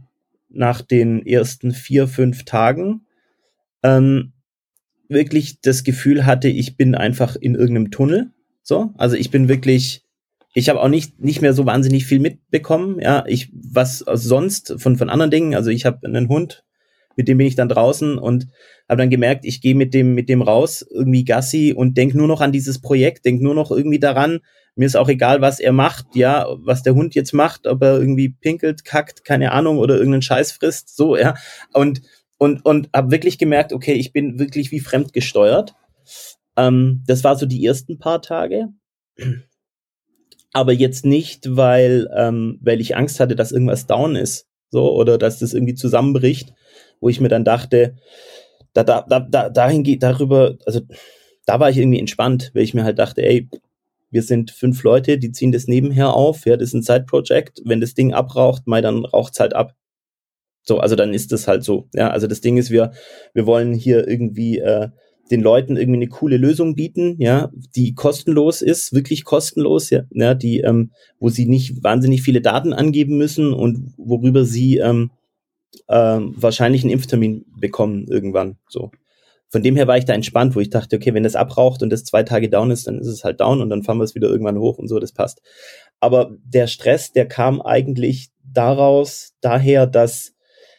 nach den ersten vier, fünf Tagen ähm, wirklich das Gefühl hatte, ich bin einfach in irgendeinem Tunnel. So, also ich bin wirklich, ich habe auch nicht nicht mehr so wahnsinnig viel mitbekommen. Ja, ich was sonst von von anderen Dingen. Also ich habe einen Hund, mit dem bin ich dann draußen und habe dann gemerkt, ich gehe mit dem mit dem raus irgendwie Gassi und denk nur noch an dieses Projekt, denk nur noch irgendwie daran. Mir ist auch egal, was er macht, ja, was der Hund jetzt macht, ob er irgendwie pinkelt, kackt, keine Ahnung, oder irgendeinen Scheiß frisst, so, ja. Und und und habe wirklich gemerkt, okay, ich bin wirklich wie fremdgesteuert. Ähm, das war so die ersten paar Tage. Aber jetzt nicht, weil ähm, weil ich Angst hatte, dass irgendwas down ist, so, oder dass das irgendwie zusammenbricht, wo ich mir dann dachte, da da da, da dahin geht darüber, also da war ich irgendwie entspannt, weil ich mir halt dachte, ey, wir sind fünf Leute, die ziehen das nebenher auf, ja, das ist ein Side-Project, wenn das Ding abraucht, mal dann raucht's halt ab. So, also dann ist das halt so, ja, also das Ding ist, wir wir wollen hier irgendwie äh, den Leuten irgendwie eine coole Lösung bieten, ja, die kostenlos ist, wirklich kostenlos, ja, ja die, ähm, wo sie nicht wahnsinnig viele Daten angeben müssen und worüber sie ähm, ähm, wahrscheinlich einen Impftermin bekommen irgendwann, so. Von dem her war ich da entspannt, wo ich dachte, okay, wenn das abraucht und das zwei Tage down ist, dann ist es halt down und dann fahren wir es wieder irgendwann hoch und so, das passt. Aber der Stress, der kam eigentlich daraus, daher, dass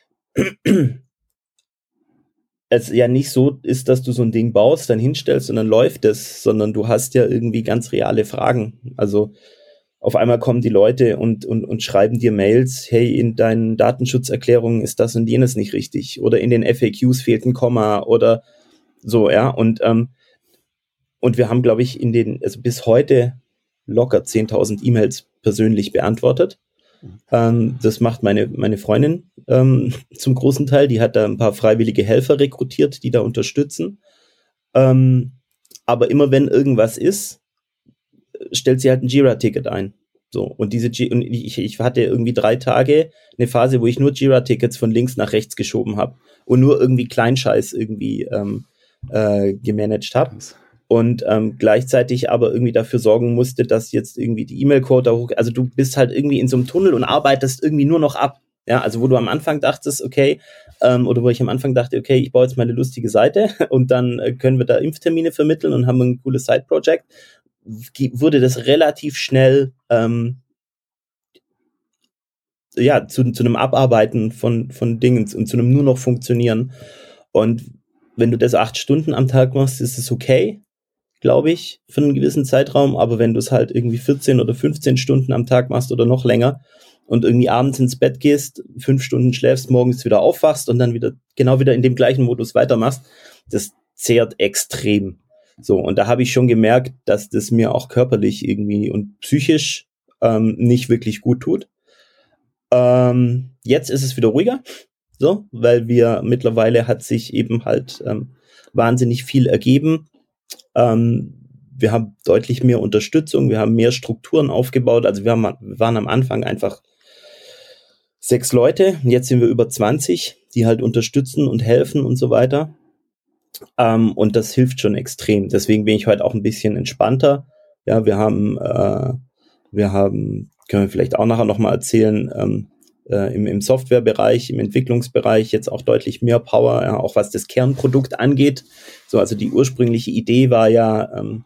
es ja nicht so ist, dass du so ein Ding baust, dann hinstellst und dann läuft es, sondern du hast ja irgendwie ganz reale Fragen. Also auf einmal kommen die Leute und, und, und schreiben dir Mails, hey, in deinen Datenschutzerklärungen ist das und jenes nicht richtig oder in den F A Qs fehlt ein Komma oder so, ja, und ähm, und wir haben, glaube ich, in den, also bis heute locker zehntausend E-Mails persönlich beantwortet. Ähm, das macht meine meine Freundin ähm, zum großen Teil. Die hat da ein paar freiwillige Helfer rekrutiert, die da unterstützen. Ähm, aber immer wenn irgendwas ist, stellt sie halt ein Jira-Ticket ein. So, und diese G- und ich, ich hatte irgendwie drei Tage eine Phase, wo ich nur Jira-Tickets von links nach rechts geschoben habe und nur irgendwie Kleinscheiß irgendwie ähm, äh, gemanagt habe. Und ähm, gleichzeitig aber irgendwie dafür sorgen musste, dass jetzt irgendwie die E-Mail-Quota hoch, also du bist halt irgendwie in so einem Tunnel und arbeitest irgendwie nur noch ab. Ja, also wo du am Anfang dachtest, okay, ähm, oder wo ich am Anfang dachte, okay, ich baue jetzt mal eine lustige Seite und dann äh, können wir da Impftermine vermitteln und haben ein cooles Side-Project, wurde das relativ schnell ähm, ja, zu, zu einem Abarbeiten von, von Dingen und zu einem nur noch Funktionieren. Und wenn du das acht Stunden am Tag machst, ist es okay, glaube ich, für einen gewissen Zeitraum, aber wenn du es halt irgendwie vierzehn oder fünfzehn Stunden am Tag machst oder noch länger und irgendwie abends ins Bett gehst, fünf Stunden schläfst, morgens wieder aufwachst und dann wieder genau wieder in dem gleichen Modus weitermachst, das zehrt extrem. So, und da habe ich schon gemerkt, dass das mir auch körperlich irgendwie und psychisch ähm, nicht wirklich gut tut. Ähm, jetzt ist es wieder ruhiger, so, weil wir mittlerweile hat sich eben halt ähm, wahnsinnig viel ergeben. Ähm, wir haben deutlich mehr Unterstützung, wir haben mehr Strukturen aufgebaut. Also wir, haben, wir waren am Anfang einfach sechs Leute, jetzt sind wir über zwanzig, die halt unterstützen und helfen und so weiter. Ähm, und das hilft schon extrem. Deswegen bin ich heute auch ein bisschen entspannter. Ja, wir haben, äh, wir haben, können wir vielleicht auch nachher nochmal erzählen, ähm, äh, im, im Softwarebereich, im Entwicklungsbereich jetzt auch deutlich mehr Power, ja, auch was das Kernprodukt angeht. So, also die ursprüngliche Idee war ja, ähm,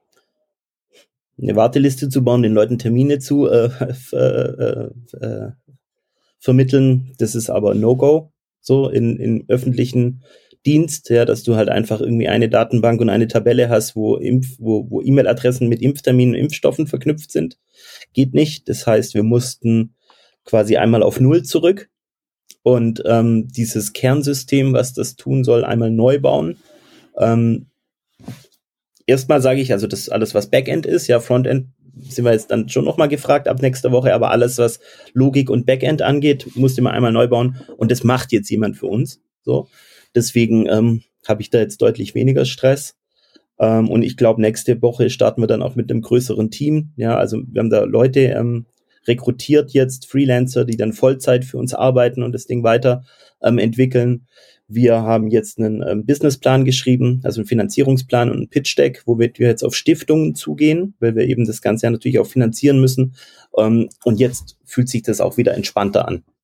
eine Warteliste zu bauen, den Leuten Termine zu äh, äh, äh, vermitteln. Das ist aber No-Go, so in, in öffentlichen Dienst, ja, dass du halt einfach irgendwie eine Datenbank und eine Tabelle hast, wo Impf, wo, wo E-Mail-Adressen mit Impfterminen und Impfstoffen verknüpft sind. Geht nicht. Das heißt, wir mussten quasi einmal auf Null zurück und ähm, dieses Kernsystem, was das tun soll, einmal neu bauen. Ähm, erstmal sage ich, also das alles, was Backend ist, ja, Frontend sind wir jetzt dann schon nochmal gefragt ab nächster Woche, aber alles, was Logik und Backend angeht, musste man einmal neu bauen und das macht jetzt jemand für uns. So. Deswegen ähm, habe ich da jetzt deutlich weniger Stress. Ähm, und ich glaube, nächste Woche starten wir dann auch mit einem größeren Team. Ja, also wir haben da Leute ähm, rekrutiert jetzt, Freelancer, die dann Vollzeit für uns arbeiten und das Ding weiter ähm, entwickeln. Wir haben jetzt einen ähm, Businessplan geschrieben, also einen Finanzierungsplan und ein Pitch-Deck, womit wir jetzt auf Stiftungen zugehen, weil wir eben das Ganze ja natürlich auch finanzieren müssen. Ähm, und jetzt fühlt sich das auch wieder entspannter an.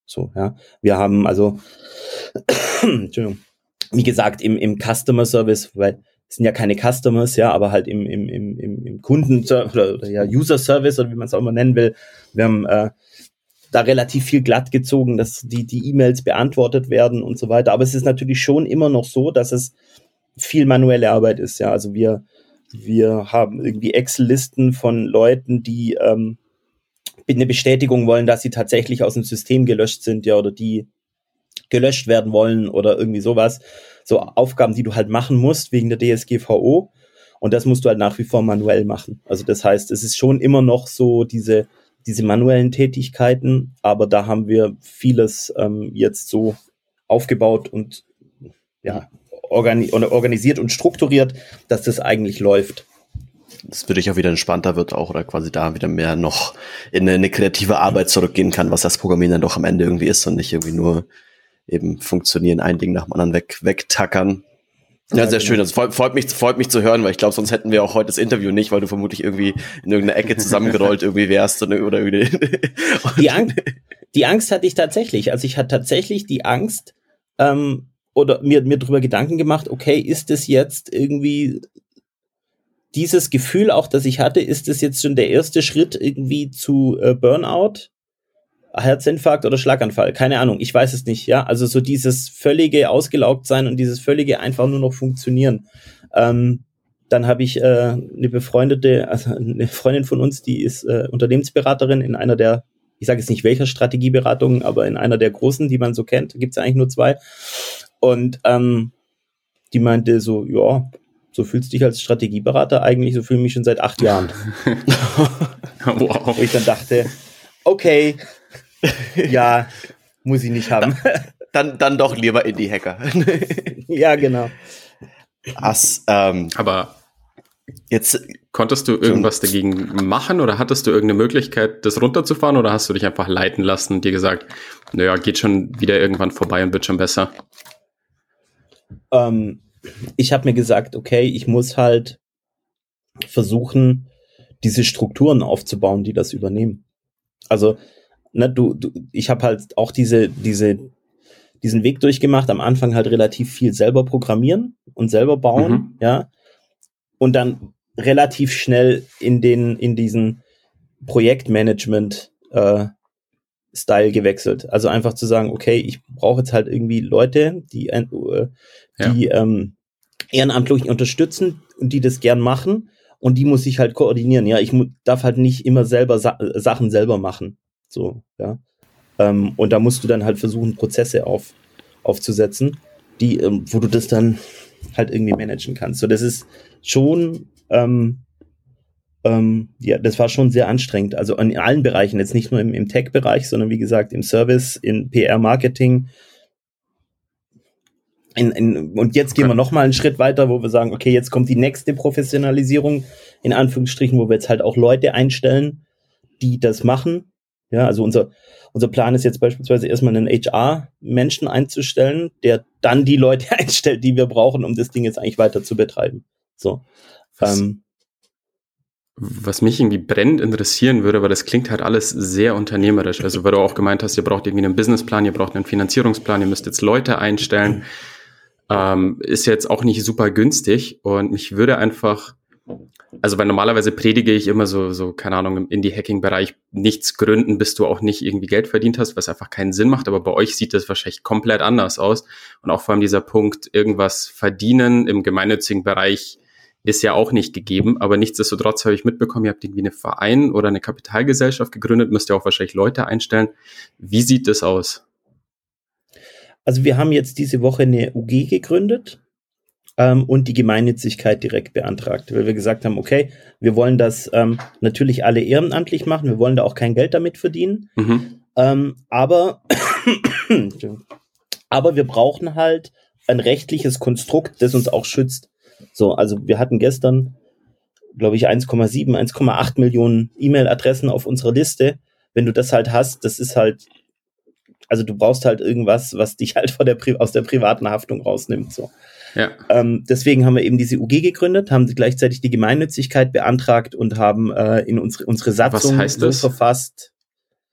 So, ja. Wir haben also, Entschuldigung, wie gesagt, im, im Customer Service, weil es sind ja keine Customers, ja, aber halt im, im, im, im Kunden- oder, oder ja, User Service oder wie man es auch immer nennen will. Wir haben äh, da relativ viel glatt gezogen, dass die die E-Mails beantwortet werden und so weiter. Aber es ist natürlich schon immer noch so, dass es viel manuelle Arbeit ist. Ja, also wir wir haben irgendwie Excel-Listen von Leuten, die ähm, eine Bestätigung wollen, dass sie tatsächlich aus dem System gelöscht sind, ja, oder die gelöscht werden wollen oder irgendwie sowas. So Aufgaben, die du halt machen musst wegen der D S G V O. Und das musst du halt nach wie vor manuell machen. Also das heißt, es ist schon immer noch so diese diese manuellen Tätigkeiten, aber da haben wir vieles ähm, jetzt so aufgebaut und ja organi- organisiert und strukturiert, dass das eigentlich läuft. Das dadurch auch wieder entspannter wird auch oder quasi da wieder mehr noch in eine, eine kreative Arbeit zurückgehen kann, was das Programmieren dann doch am Ende irgendwie ist und nicht irgendwie nur eben funktionieren, ein Ding nach dem anderen weg, wegtackern. Ja, sehr schön. Das freut, freut mich, freut mich zu hören, weil ich glaube, sonst hätten wir auch heute das Interview nicht, weil du vermutlich irgendwie in irgendeiner Ecke zusammengerollt irgendwie wärst oder, oder irgendwie. Die Angst, die Angst hatte ich tatsächlich. Also ich hatte tatsächlich die Angst, ähm, oder mir, mir drüber Gedanken gemacht, okay, ist es jetzt irgendwie dieses Gefühl auch, das ich hatte, ist es jetzt schon der erste Schritt irgendwie zu äh, Burnout? Herzinfarkt oder Schlaganfall, keine Ahnung, ich weiß es nicht, ja, also so dieses völlige ausgelaugt sein und dieses völlige einfach nur noch funktionieren. Ähm, dann habe ich äh, eine befreundete, also eine Freundin von uns, die ist äh, Unternehmensberaterin in einer der, ich sage jetzt nicht welcher Strategieberatung, aber in einer der großen, die man so kennt, gibt es ja eigentlich nur zwei. Und ähm, die meinte so, ja, so fühlst du dich als Strategieberater eigentlich, so fühle ich mich schon seit acht Jahren. Wow. Wo ich dann dachte, okay, ja, muss ich nicht haben. Dann, dann doch lieber Indie-Hacker. Ja, genau. As, ähm, Aber jetzt konntest du irgendwas dagegen machen oder hattest du irgendeine Möglichkeit, das runterzufahren oder hast du dich einfach leiten lassen und dir gesagt, naja, geht schon wieder irgendwann vorbei und wird schon besser? Ähm, ich habe mir gesagt, okay, ich muss halt versuchen, diese Strukturen aufzubauen, die das übernehmen. Also Ne, du, du, ich habe halt auch diese, diese, diesen Weg durchgemacht, am Anfang halt relativ viel selber programmieren und selber bauen, mhm. ja, und dann relativ schnell in den, in diesen Projektmanagement äh, Style gewechselt. Also einfach zu sagen, okay, ich brauche jetzt halt irgendwie Leute, die, äh, die ja. ähm, ehrenamtlich unterstützen und die das gern machen und die muss ich halt koordinieren. Ja, ich mu- darf halt nicht immer selber Sa- Sachen selber machen. So, ja. Ähm, und da musst du dann halt versuchen, Prozesse auf, aufzusetzen, die, ähm, wo du das dann halt irgendwie managen kannst. So, das ist schon, ähm, ähm, ja, das war schon sehr anstrengend. Also in allen Bereichen, jetzt nicht nur im, im Tech-Bereich, sondern wie gesagt im Service, in P R-Marketing. In, in, und jetzt gehen wir noch mal einen Schritt weiter, wo wir sagen, okay, jetzt kommt die nächste Professionalisierung, in Anführungsstrichen, wo wir jetzt halt auch Leute einstellen, die das machen. Ja, also unser, unser Plan ist jetzt beispielsweise erstmal einen H R-Menschen einzustellen, der dann die Leute einstellt, die wir brauchen, um das Ding jetzt eigentlich weiter zu betreiben. So. Was, ähm, was mich irgendwie brennend interessieren würde, weil das klingt halt alles sehr unternehmerisch. Also weil du auch gemeint hast, ihr braucht irgendwie einen Businessplan, ihr braucht einen Finanzierungsplan, ihr müsst jetzt Leute einstellen. Ähm, ist jetzt auch nicht super günstig und mich würde einfach Also, weil normalerweise predige ich immer so, so, keine Ahnung, im Indie-Hacking-Bereich nichts gründen, bis du auch nicht irgendwie Geld verdient hast, was einfach keinen Sinn macht. Aber bei euch sieht das wahrscheinlich komplett anders aus. Und auch vor allem dieser Punkt, irgendwas verdienen im gemeinnützigen Bereich ist ja auch nicht gegeben. Aber nichtsdestotrotz habe ich mitbekommen, ihr habt irgendwie einen Verein oder eine Kapitalgesellschaft gegründet, müsst ihr auch wahrscheinlich Leute einstellen. Wie sieht das aus? Also wir haben jetzt diese Woche eine U G gegründet. Und die Gemeinnützigkeit direkt beantragt, weil wir gesagt haben, okay, wir wollen das ähm, natürlich alle ehrenamtlich machen, wir wollen da auch kein Geld damit verdienen, mhm. ähm, aber, aber wir brauchen halt ein rechtliches Konstrukt, das uns auch schützt. So, also wir hatten gestern, glaube ich, eins Komma sieben, eins Komma acht Millionen E-Mail-Adressen auf unserer Liste. Wenn du das halt hast, das ist halt, also du brauchst halt irgendwas, was dich halt von der Pri- aus der privaten Haftung rausnimmt, so. Ja. Ähm, deswegen haben wir eben diese U G gegründet, haben gleichzeitig die Gemeinnützigkeit beantragt und haben äh, in unsere, unsere Satzung so verfasst.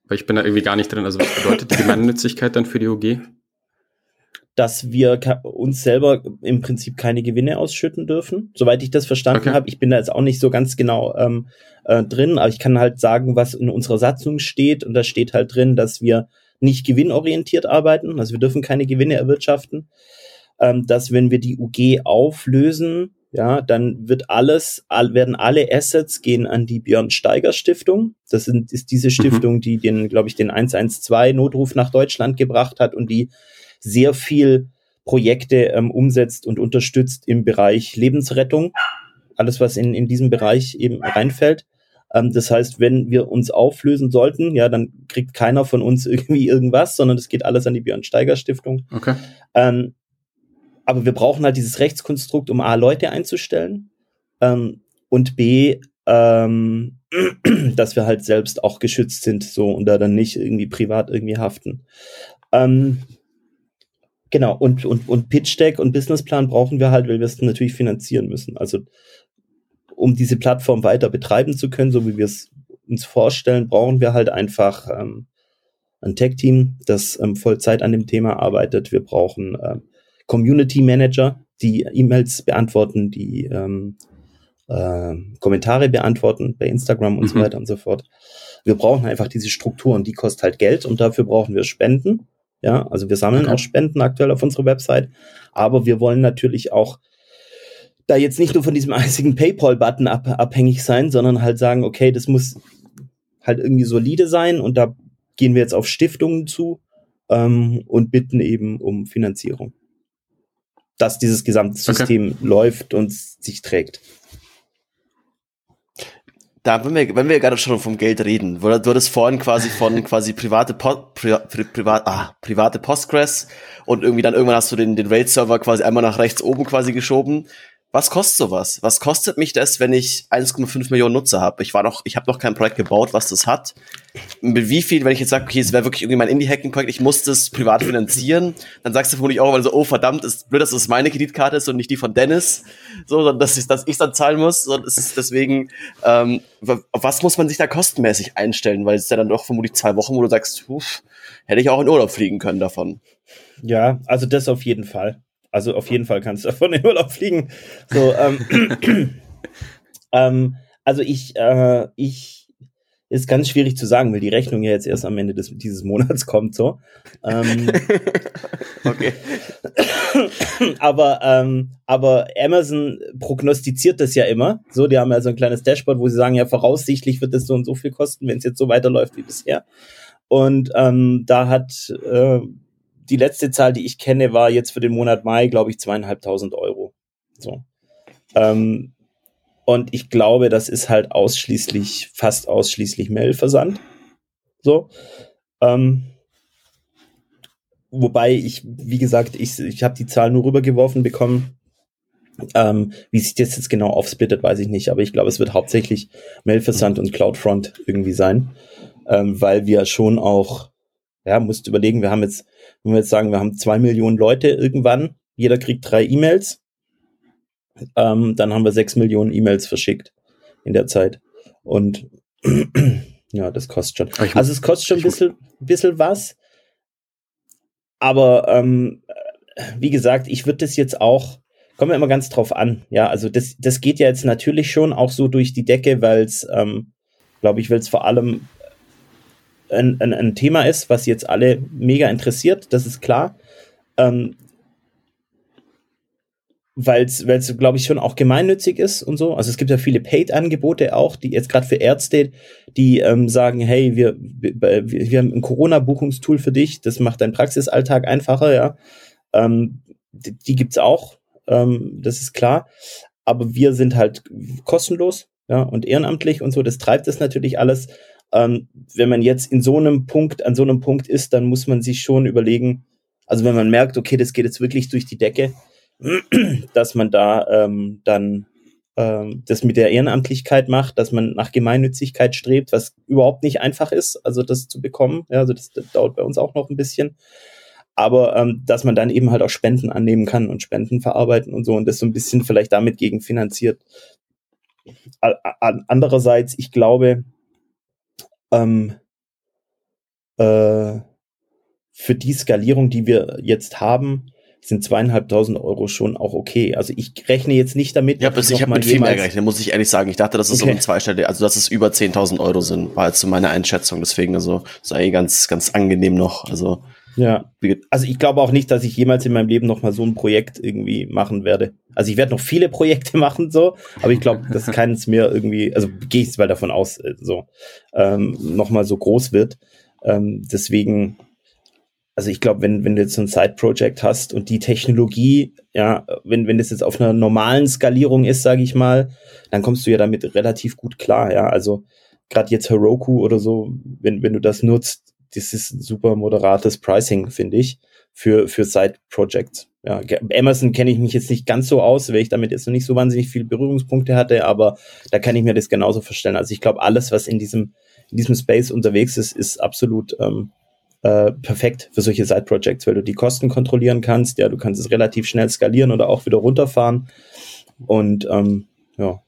Weil ich bin da irgendwie gar nicht drin. Also was bedeutet die Gemeinnützigkeit dann für die U G? Dass wir ka- uns selber im Prinzip keine Gewinne ausschütten dürfen, soweit ich das verstanden Okay. habe. Ich bin da jetzt auch nicht so ganz genau ähm, äh, drin, aber ich kann halt sagen, was in unserer Satzung steht. Und da steht halt drin, dass wir nicht gewinnorientiert arbeiten, also wir dürfen keine Gewinne erwirtschaften. Ähm, dass wenn wir die U G auflösen, ja, dann wird alles, all, werden alle Assets gehen an die Björn Steiger Stiftung. Das sind, ist diese Stiftung, mhm. die den, glaube ich, den eins eins zwei Notruf nach Deutschland gebracht hat und die sehr viel Projekte ähm, umsetzt und unterstützt im Bereich Lebensrettung. Alles, was in, in diesem Bereich eben reinfällt. Ähm, das heißt, wenn wir uns auflösen sollten, ja, dann kriegt keiner von uns irgendwie irgendwas, sondern es geht alles an die Björn Steiger Stiftung. Okay. Ähm, aber wir brauchen halt dieses Rechtskonstrukt, um A, Leute einzustellen ähm, und B, ähm, dass wir halt selbst auch geschützt sind, so, und da dann nicht irgendwie privat irgendwie haften. Ähm, Genau, und, und, und Pitch Deck und Businessplan brauchen wir halt, weil wir es natürlich finanzieren müssen. Also, um diese Plattform weiter betreiben zu können, so wie wir es uns vorstellen, brauchen wir halt einfach ähm, ein Tech-Team, das ähm, Vollzeit an dem Thema arbeitet. Wir brauchen ähm, Community Manager, die E-Mails beantworten, die ähm, äh, Kommentare beantworten bei Instagram und mhm. so weiter und so fort. Wir brauchen einfach diese Struktur und die kostet halt Geld und dafür brauchen wir Spenden. Ja, also wir sammeln okay. auch Spenden aktuell auf unserer Website, aber wir wollen natürlich auch da jetzt nicht nur von diesem einzigen PayPal-Button ab, abhängig sein, sondern halt sagen, okay, das muss halt irgendwie solide sein und da gehen wir jetzt auf Stiftungen zu ähm, und bitten eben um Finanzierung, dass dieses gesamte System okay. läuft und sich trägt. Da, wenn wir, wenn wir gerade schon vom Geld reden, du hattest vorhin quasi von quasi private po, pri, pri, privat, ah, private Postgres und irgendwie dann irgendwann hast du den, den Rails-Server quasi einmal nach rechts oben quasi geschoben. Was kostet sowas? Was kostet mich das, wenn ich eins Komma fünf Millionen Nutzer habe? Ich war noch, ich habe noch kein Projekt gebaut, was das hat. Mit wie viel, wenn ich jetzt sage, okay, es wäre wirklich irgendwie mein Indie-Hacking-Projekt, ich muss das privat finanzieren, dann sagst du vermutlich auch, weil so, oh verdammt, ist blöd, dass das meine Kreditkarte ist und nicht die von Dennis, so, sondern dass ich, dass ich dann zahlen muss. So, das ist deswegen, ähm, auf was muss man sich da kostenmäßig einstellen? Weil es ist ja dann doch vermutlich zwei Wochen, wo du sagst, uff, hätte ich auch in Urlaub fliegen können davon. Ja, also das auf jeden Fall. Also auf jeden Fall kannst du davon in Urlaub fliegen. So, ähm, ähm, also ich, äh, ich, ist ganz schwierig zu sagen, weil die Rechnung ja jetzt erst am Ende des, dieses Monats kommt, so. Ähm, okay. aber, ähm, aber Amazon prognostiziert das ja immer. So, die haben ja so ein kleines Dashboard, wo sie sagen, ja, voraussichtlich wird es so und so viel kosten, wenn es jetzt so weiterläuft wie bisher. Und ähm, da hat äh, die letzte Zahl, die ich kenne, war jetzt für den Monat Mai, glaube ich, zweieinhalbtausend Euro. So. Ähm, und ich glaube, das ist halt ausschließlich, fast ausschließlich Mailversand. So. Ähm, wobei ich, wie gesagt, ich, ich habe die Zahl nur rübergeworfen bekommen. Ähm, wie sich das jetzt genau aufsplittet, weiß ich nicht. Aber ich glaube, es wird hauptsächlich Mailversand und CloudFront irgendwie sein. Ähm, weil wir schon auch, ja, musst überlegen, wir haben jetzt, wenn wir jetzt sagen, wir haben zwei Millionen Leute irgendwann, jeder kriegt drei E-Mails, ähm, dann haben wir sechs Millionen E-Mails verschickt in der Zeit. Und ja, das kostet schon. Also es kostet schon ein bisschen, bisschen was, aber ähm, wie gesagt, ich würde das jetzt auch, kommen wir immer ganz drauf an, ja, also das, das geht ja jetzt natürlich schon auch so durch die Decke, weil es, ähm, glaube ich, weil es vor allem Ein, ein, ein Thema ist, was jetzt alle mega interessiert, das ist klar. Ähm, weil es, glaube ich, schon auch gemeinnützig ist und so. Also es gibt ja viele Paid-Angebote auch, die jetzt gerade für Ärzte, die ähm, sagen, hey, wir, wir, wir haben ein Corona-Buchungstool für dich, das macht deinen Praxisalltag einfacher, ja. Ähm, die die gibt's auch, ähm, das ist klar. Aber wir sind halt kostenlos, ja, und ehrenamtlich und so, das treibt das natürlich alles. Ähm, wenn man jetzt in so einem Punkt, an so einem Punkt ist, dann muss man sich schon überlegen, also wenn man merkt, okay, das geht jetzt wirklich durch die Decke, dass man da ähm, dann ähm, das mit der Ehrenamtlichkeit macht, dass man nach Gemeinnützigkeit strebt, was überhaupt nicht einfach ist, also das zu bekommen, ja, also das, das dauert bei uns auch noch ein bisschen, aber ähm, dass man dann eben halt auch Spenden annehmen kann und Spenden verarbeiten und so und das so ein bisschen vielleicht damit gegenfinanziert. A- a- andererseits, ich glaube, Ähm, äh, für die Skalierung, die wir jetzt haben, sind zweieinhalbtausend Euro schon auch okay. Also ich rechne jetzt nicht damit. Ja, bis ich habe mit viel mehr gerechnet, muss ich ehrlich sagen. Ich dachte, dass es okay. so ein zweistellig, also dass es über zehntausend Euro sind, war jetzt so meine Einschätzung. Deswegen, also ist eigentlich ganz, ganz angenehm noch. Also ja, also ich glaube auch nicht, dass ich jemals in meinem Leben noch mal so ein Projekt irgendwie machen werde. Also ich werde noch viele Projekte machen, so, aber ich glaube, dass keins mehr irgendwie, also gehe ich mal davon aus, so ähm, noch mal so groß wird. Ähm, deswegen, also ich glaube, wenn wenn du jetzt so ein Side-Project hast und die Technologie, ja, wenn wenn das jetzt auf einer normalen Skalierung ist, sage ich mal, dann kommst du ja damit relativ gut klar, ja. Also gerade jetzt Heroku oder so, wenn wenn du das nutzt, das ist ein super moderates Pricing, finde ich, für für Side-Projects. Ja, Amazon kenne ich mich jetzt nicht ganz so aus, weil ich damit jetzt noch nicht so wahnsinnig viele Berührungspunkte hatte, aber da kann ich mir das genauso vorstellen. Also ich glaube, alles, was in diesem in diesem Space unterwegs ist, ist absolut ähm, äh, perfekt für solche Side-Projects, weil du die Kosten kontrollieren kannst. Ja, du kannst es relativ schnell skalieren oder auch wieder runterfahren. Und ähm, ja.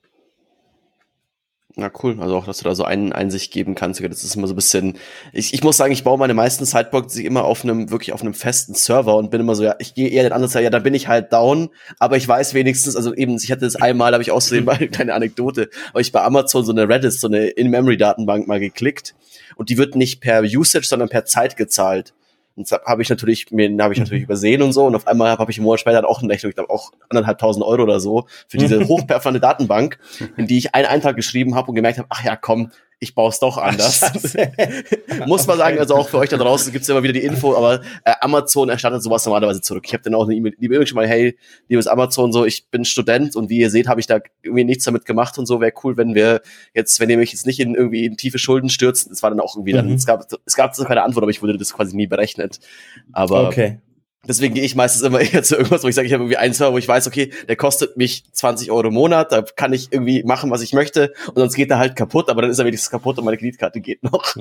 Na cool, also auch, dass du da so einen Einsicht geben kannst. Das ist immer so ein bisschen, ich, ich muss sagen, ich baue meine meisten Sideboards immer auf einem, wirklich auf einem festen Server und bin immer so, ja, ich gehe eher den anderen Seite, ja, dann bin ich halt down, aber ich weiß wenigstens, also eben, ich hatte das einmal, habe ich außerdem mal eine kleine Anekdote, habe ich bei Amazon so eine Redis, so eine In-Memory-Datenbank mal geklickt und die wird nicht per Usage, sondern per Zeit gezahlt. Und das habe ich natürlich, mir habe ich natürlich übersehen und so. Und auf einmal habe hab ich einen Monat später auch eine Rechnung, ich glaube auch anderthalbtausend Euro oder so, für diese hochperformante Datenbank, in die ich einen Eintrag geschrieben habe und gemerkt habe, ach ja, komm, ich baue es doch anders. Ach, muss man sagen, also auch für euch da draußen gibt's ja immer wieder die Info, aber äh, Amazon erstattet sowas normalerweise zurück. Ich habe dann auch eine E-Mail, liebe schon mal, hey, liebes Amazon, so, ich bin Student und wie ihr seht, habe ich da irgendwie nichts damit gemacht und so, wäre cool, wenn wir jetzt, wenn ihr mich jetzt nicht in irgendwie in tiefe Schulden stürzt, das war dann auch irgendwie dann, mhm. es gab es gab so keine Antwort, aber ich wurde das quasi nie berechnet. Aber okay. Deswegen gehe ich meistens immer eher zu irgendwas, wo ich sage, ich habe irgendwie einen Server, wo ich weiß, okay, der kostet mich zwanzig Euro im Monat, da kann ich irgendwie machen, was ich möchte und sonst geht er halt kaputt, aber dann ist er wenigstens kaputt und meine Kreditkarte geht noch.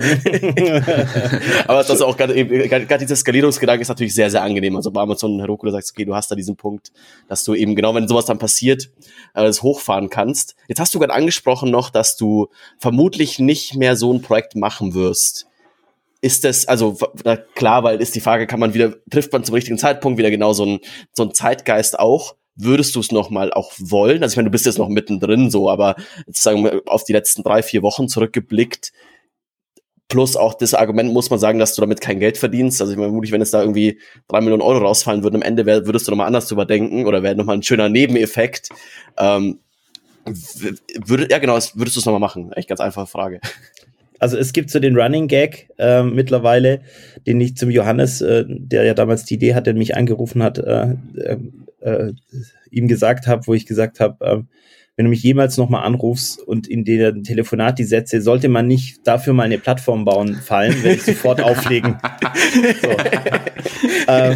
Aber das ist auch gerade gerade dieser Skalierungsgedanke ist natürlich sehr, sehr angenehm. Also bei Amazon und Heroku, du sagst, okay, du hast da diesen Punkt, dass du eben genau, wenn sowas dann passiert, äh, das hochfahren kannst. Jetzt hast du gerade angesprochen noch, dass du vermutlich nicht mehr so ein Projekt machen wirst. Ist das, also klar, weil ist die Frage, kann man wieder, trifft man zum richtigen Zeitpunkt wieder genau so ein, so ein Zeitgeist auch? Würdest du es nochmal auch wollen? Also ich meine, du bist jetzt noch mittendrin so, aber jetzt sagen wir auf die letzten drei, vier Wochen zurückgeblickt, plus auch das Argument muss man sagen, dass du damit kein Geld verdienst. Also ich meine, vermutlich, wenn es da irgendwie drei Millionen Euro rausfallen würden, am Ende wär, würdest du nochmal anders drüber denken oder wäre nochmal ein schöner Nebeneffekt. Ähm, würde, ja genau, würdest du es nochmal machen? Echt ganz einfache Frage. Also es gibt so den Running Gag äh, mittlerweile, den ich zum Johannes, äh, der ja damals die Idee hatte, mich angerufen hat, äh, äh, äh, ihm gesagt habe, wo ich gesagt habe, äh, wenn du mich jemals nochmal anrufst und in den Telefonat die Sätze, sollte man nicht dafür mal eine Plattform bauen, fallen, werde ich sofort auflegen. So. ähm,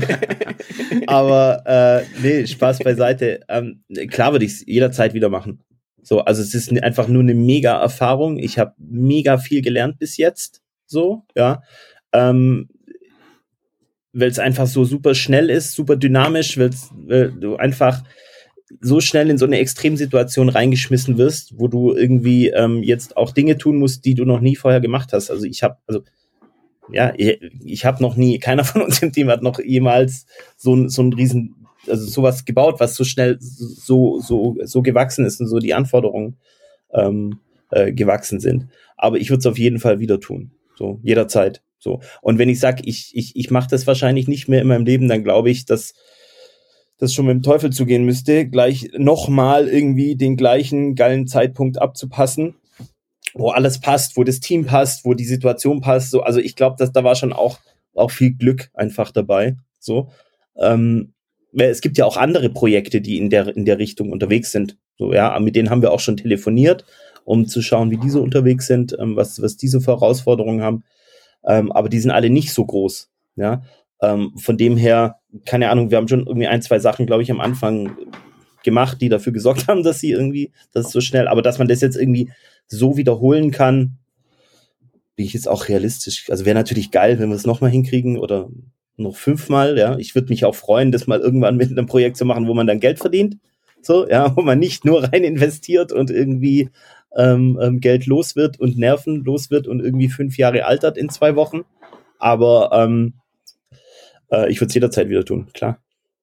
aber äh, nee, Spaß beiseite. Ähm, klar würde ich es jederzeit wieder machen. So, also es ist einfach nur eine mega Erfahrung. Ich habe mega viel gelernt bis jetzt, so, ja, ähm, weil es einfach so super schnell ist, super dynamisch, weil du einfach so schnell in so eine Extremsituation reingeschmissen wirst, wo du irgendwie ähm, jetzt auch Dinge tun musst, die du noch nie vorher gemacht hast. Also ich habe, also ja, ich, ich habe noch nie, keiner von uns im Team hat noch jemals so, so ein riesen also sowas gebaut, was so schnell so so so gewachsen ist und so die Anforderungen ähm, äh, gewachsen sind. Aber ich würde es auf jeden Fall wieder tun, so jederzeit. So und wenn ich sage, ich ich ich mache das wahrscheinlich nicht mehr in meinem Leben, dann glaube ich, dass das schon mit dem Teufel zugehen müsste, gleich nochmal irgendwie den gleichen geilen Zeitpunkt abzupassen, wo alles passt, wo das Team passt, wo die Situation passt. So, also ich glaube, dass da war schon auch auch viel Glück einfach dabei. So. Ähm, Es gibt ja auch andere Projekte, die in der in der Richtung unterwegs sind. So, ja, mit denen haben wir auch schon telefoniert, um zu schauen, wie diese unterwegs sind, ähm, was was diese für Herausforderungen haben. Ähm, aber die sind alle nicht so groß. Ja, ähm, von dem her, keine Ahnung, wir haben schon irgendwie ein, zwei Sachen, glaube ich, am Anfang gemacht, die dafür gesorgt haben, dass sie irgendwie, das ist so schnell, aber dass man das jetzt irgendwie so wiederholen kann, bin ich jetzt auch realistisch. Also wäre natürlich geil, wenn wir es nochmal hinkriegen oder noch fünfmal, ja. Ich würde mich auch freuen, das mal irgendwann mit einem Projekt zu machen, wo man dann Geld verdient. So, ja, wo man nicht nur rein investiert und irgendwie ähm, ähm, Geld los wird und Nerven los wird und irgendwie fünf Jahre altert in zwei Wochen. Aber ähm, äh, ich würde es jederzeit wieder tun, klar.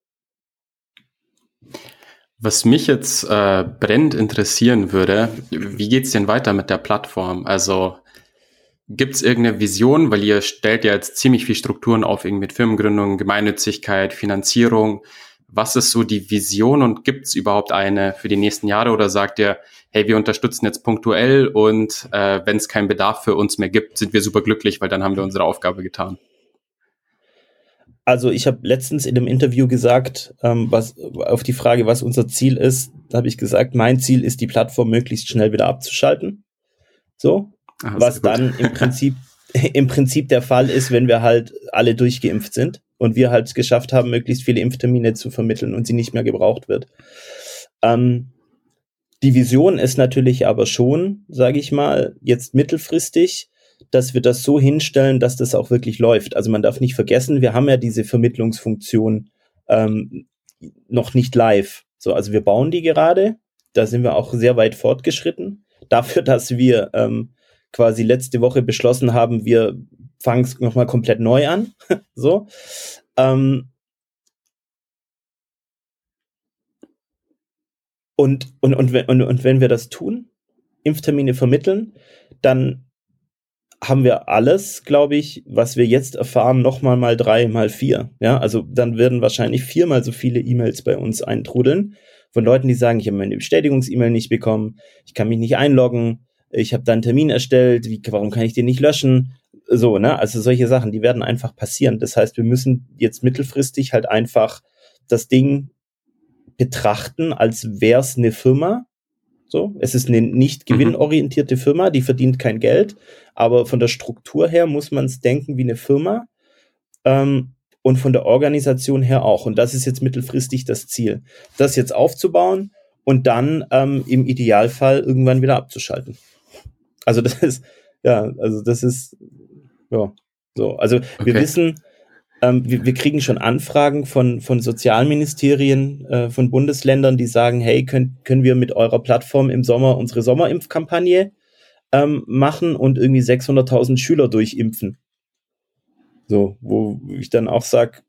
Was mich jetzt äh, brennend interessieren würde, wie geht's denn weiter mit der Plattform? Also gibt's irgendeine Vision, weil ihr stellt ja jetzt ziemlich viel Strukturen auf, irgendwie mit Firmengründung, Gemeinnützigkeit, Finanzierung. Was ist so die Vision und gibt's überhaupt eine für die nächsten Jahre oder sagt ihr, hey, wir unterstützen jetzt punktuell und äh, wenn es keinen Bedarf für uns mehr gibt, sind wir super glücklich, weil dann haben wir unsere Aufgabe getan? Also ich habe letztens in einem Interview gesagt, ähm, was auf die Frage, was unser Ziel ist, habe ich gesagt, mein Ziel ist, die Plattform möglichst schnell wieder abzuschalten. So, ah, was dann im Prinzip im Prinzip der Fall ist, wenn wir halt alle durchgeimpft sind und wir halt es geschafft haben, möglichst viele Impftermine zu vermitteln und sie nicht mehr gebraucht wird. Ähm, die Vision ist natürlich aber schon, sage ich mal, jetzt mittelfristig, dass wir das so hinstellen, dass das auch wirklich läuft. Also man darf nicht vergessen, wir haben ja diese Vermittlungsfunktion ähm, noch nicht live. So, also wir bauen die gerade, da sind wir auch sehr weit fortgeschritten. Dafür, dass wir ähm, quasi letzte Woche beschlossen haben, wir fangen es nochmal komplett neu an. so. Ähm, und, und, und, und, und wenn wir das tun, Impftermine vermitteln, dann haben wir alles, glaube ich, was wir jetzt erfahren, nochmal mal drei, mal vier. Ja, also dann werden wahrscheinlich viermal so viele E-Mails bei uns eintrudeln von Leuten, die sagen, ich habe meine Bestätigungs-E-Mail nicht bekommen, ich kann mich nicht einloggen, ich habe da einen Termin erstellt, wie, warum kann ich den nicht löschen? So, ne? Also solche Sachen, die werden einfach passieren. Das heißt, wir müssen jetzt mittelfristig halt einfach das Ding betrachten, als wäre es eine Firma. So, es ist eine nicht gewinnorientierte Firma, die verdient kein Geld, aber von der Struktur her muss man es denken wie eine Firma ähm, und von der Organisation her auch. Und das ist jetzt mittelfristig das Ziel, das jetzt aufzubauen und dann ähm, im Idealfall irgendwann wieder abzuschalten. Also das ist, ja, also das ist, ja, so. Also okay. Wir wissen, ähm, wir, wir kriegen schon Anfragen von, von Sozialministerien, äh, von Bundesländern, die sagen, hey, können, können wir mit eurer Plattform im Sommer unsere Sommerimpfkampagne ähm, machen und irgendwie sechshunderttausend Schüler durchimpfen. So, wo ich dann auch sage,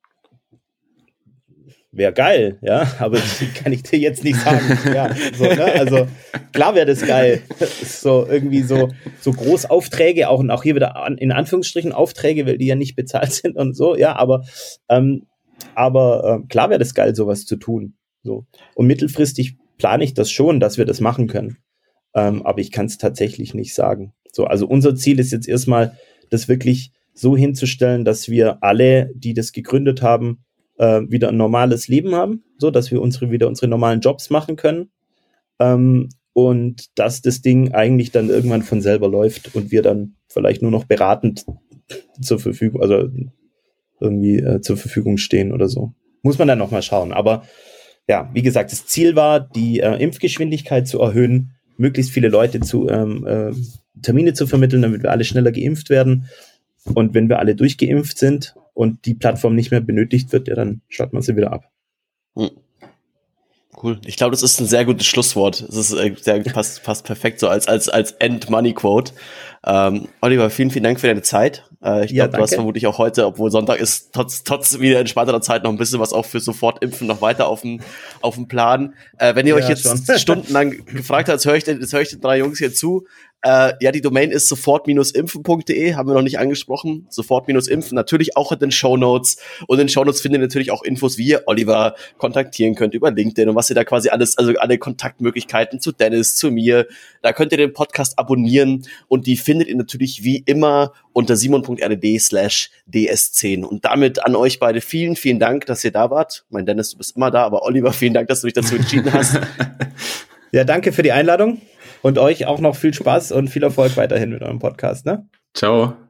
wäre geil, ja, aber das kann ich dir jetzt nicht sagen. Ja, so, ne? Also klar wäre das geil. So irgendwie so, so Großaufträge, auch und auch hier wieder an, in Anführungsstrichen Aufträge, weil die ja nicht bezahlt sind und so, ja, aber, ähm, aber äh, klar wäre das geil, sowas zu tun. So. Und mittelfristig plane ich das schon, dass wir das machen können. Ähm, aber ich kann es tatsächlich nicht sagen. So, also unser Ziel ist jetzt erstmal, das wirklich so hinzustellen, dass wir alle, die das gegründet haben, wieder ein normales Leben haben, so dass wir unsere wieder unsere normalen Jobs machen können ähm, und dass das Ding eigentlich dann irgendwann von selber läuft und wir dann vielleicht nur noch beratend zur Verfügung, also irgendwie äh, zur Verfügung stehen oder so. Muss man dann noch mal schauen. Aber ja, wie gesagt, das Ziel war, die äh, Impfgeschwindigkeit zu erhöhen, möglichst viele Leute zu ähm, äh, Termine zu vermitteln, damit wir alle schneller geimpft werden. Und wenn wir alle durchgeimpft sind und die Plattform nicht mehr benötigt wird, ja, dann schalten wir sie wieder ab. Hm. Cool. Ich glaube, das ist ein sehr gutes Schlusswort. Das ist äh, sehr, passt, passt perfekt so als, als, als End-Money-Quote. Ähm, Oliver, vielen, vielen Dank für deine Zeit. Äh, ich ja, glaube, du hast vermutlich auch heute, obwohl Sonntag ist, trotz, trotz wieder entspannterer Zeit noch ein bisschen was auch für Sofortimpfen noch weiter auf dem, auf dem Plan. Äh, wenn ihr ja, euch jetzt stundenlang gefragt habt, jetzt höre ich, jetzt höre ich den drei Jungs hier zu. Äh, ja, die Domain ist sofort impfen punkt de, haben wir noch nicht angesprochen. Sofort impfen, natürlich auch in den Shownotes. Und in den Shownotes findet ihr natürlich auch Infos, wie ihr Oliver kontaktieren könnt über LinkedIn und was ihr da quasi alles, also alle Kontaktmöglichkeiten zu Dennis, zu mir. Da könnt ihr den Podcast abonnieren und die findet ihr natürlich wie immer unter simon punkt r d d slash d s zehn. Und damit an euch beide vielen, vielen Dank, dass ihr da wart. Mein Dennis, du bist immer da, aber Oliver, vielen Dank, dass du dich dazu entschieden hast. Ja, danke für die Einladung. Und euch auch noch viel Spaß und viel Erfolg weiterhin mit eurem Podcast, ne? Ciao.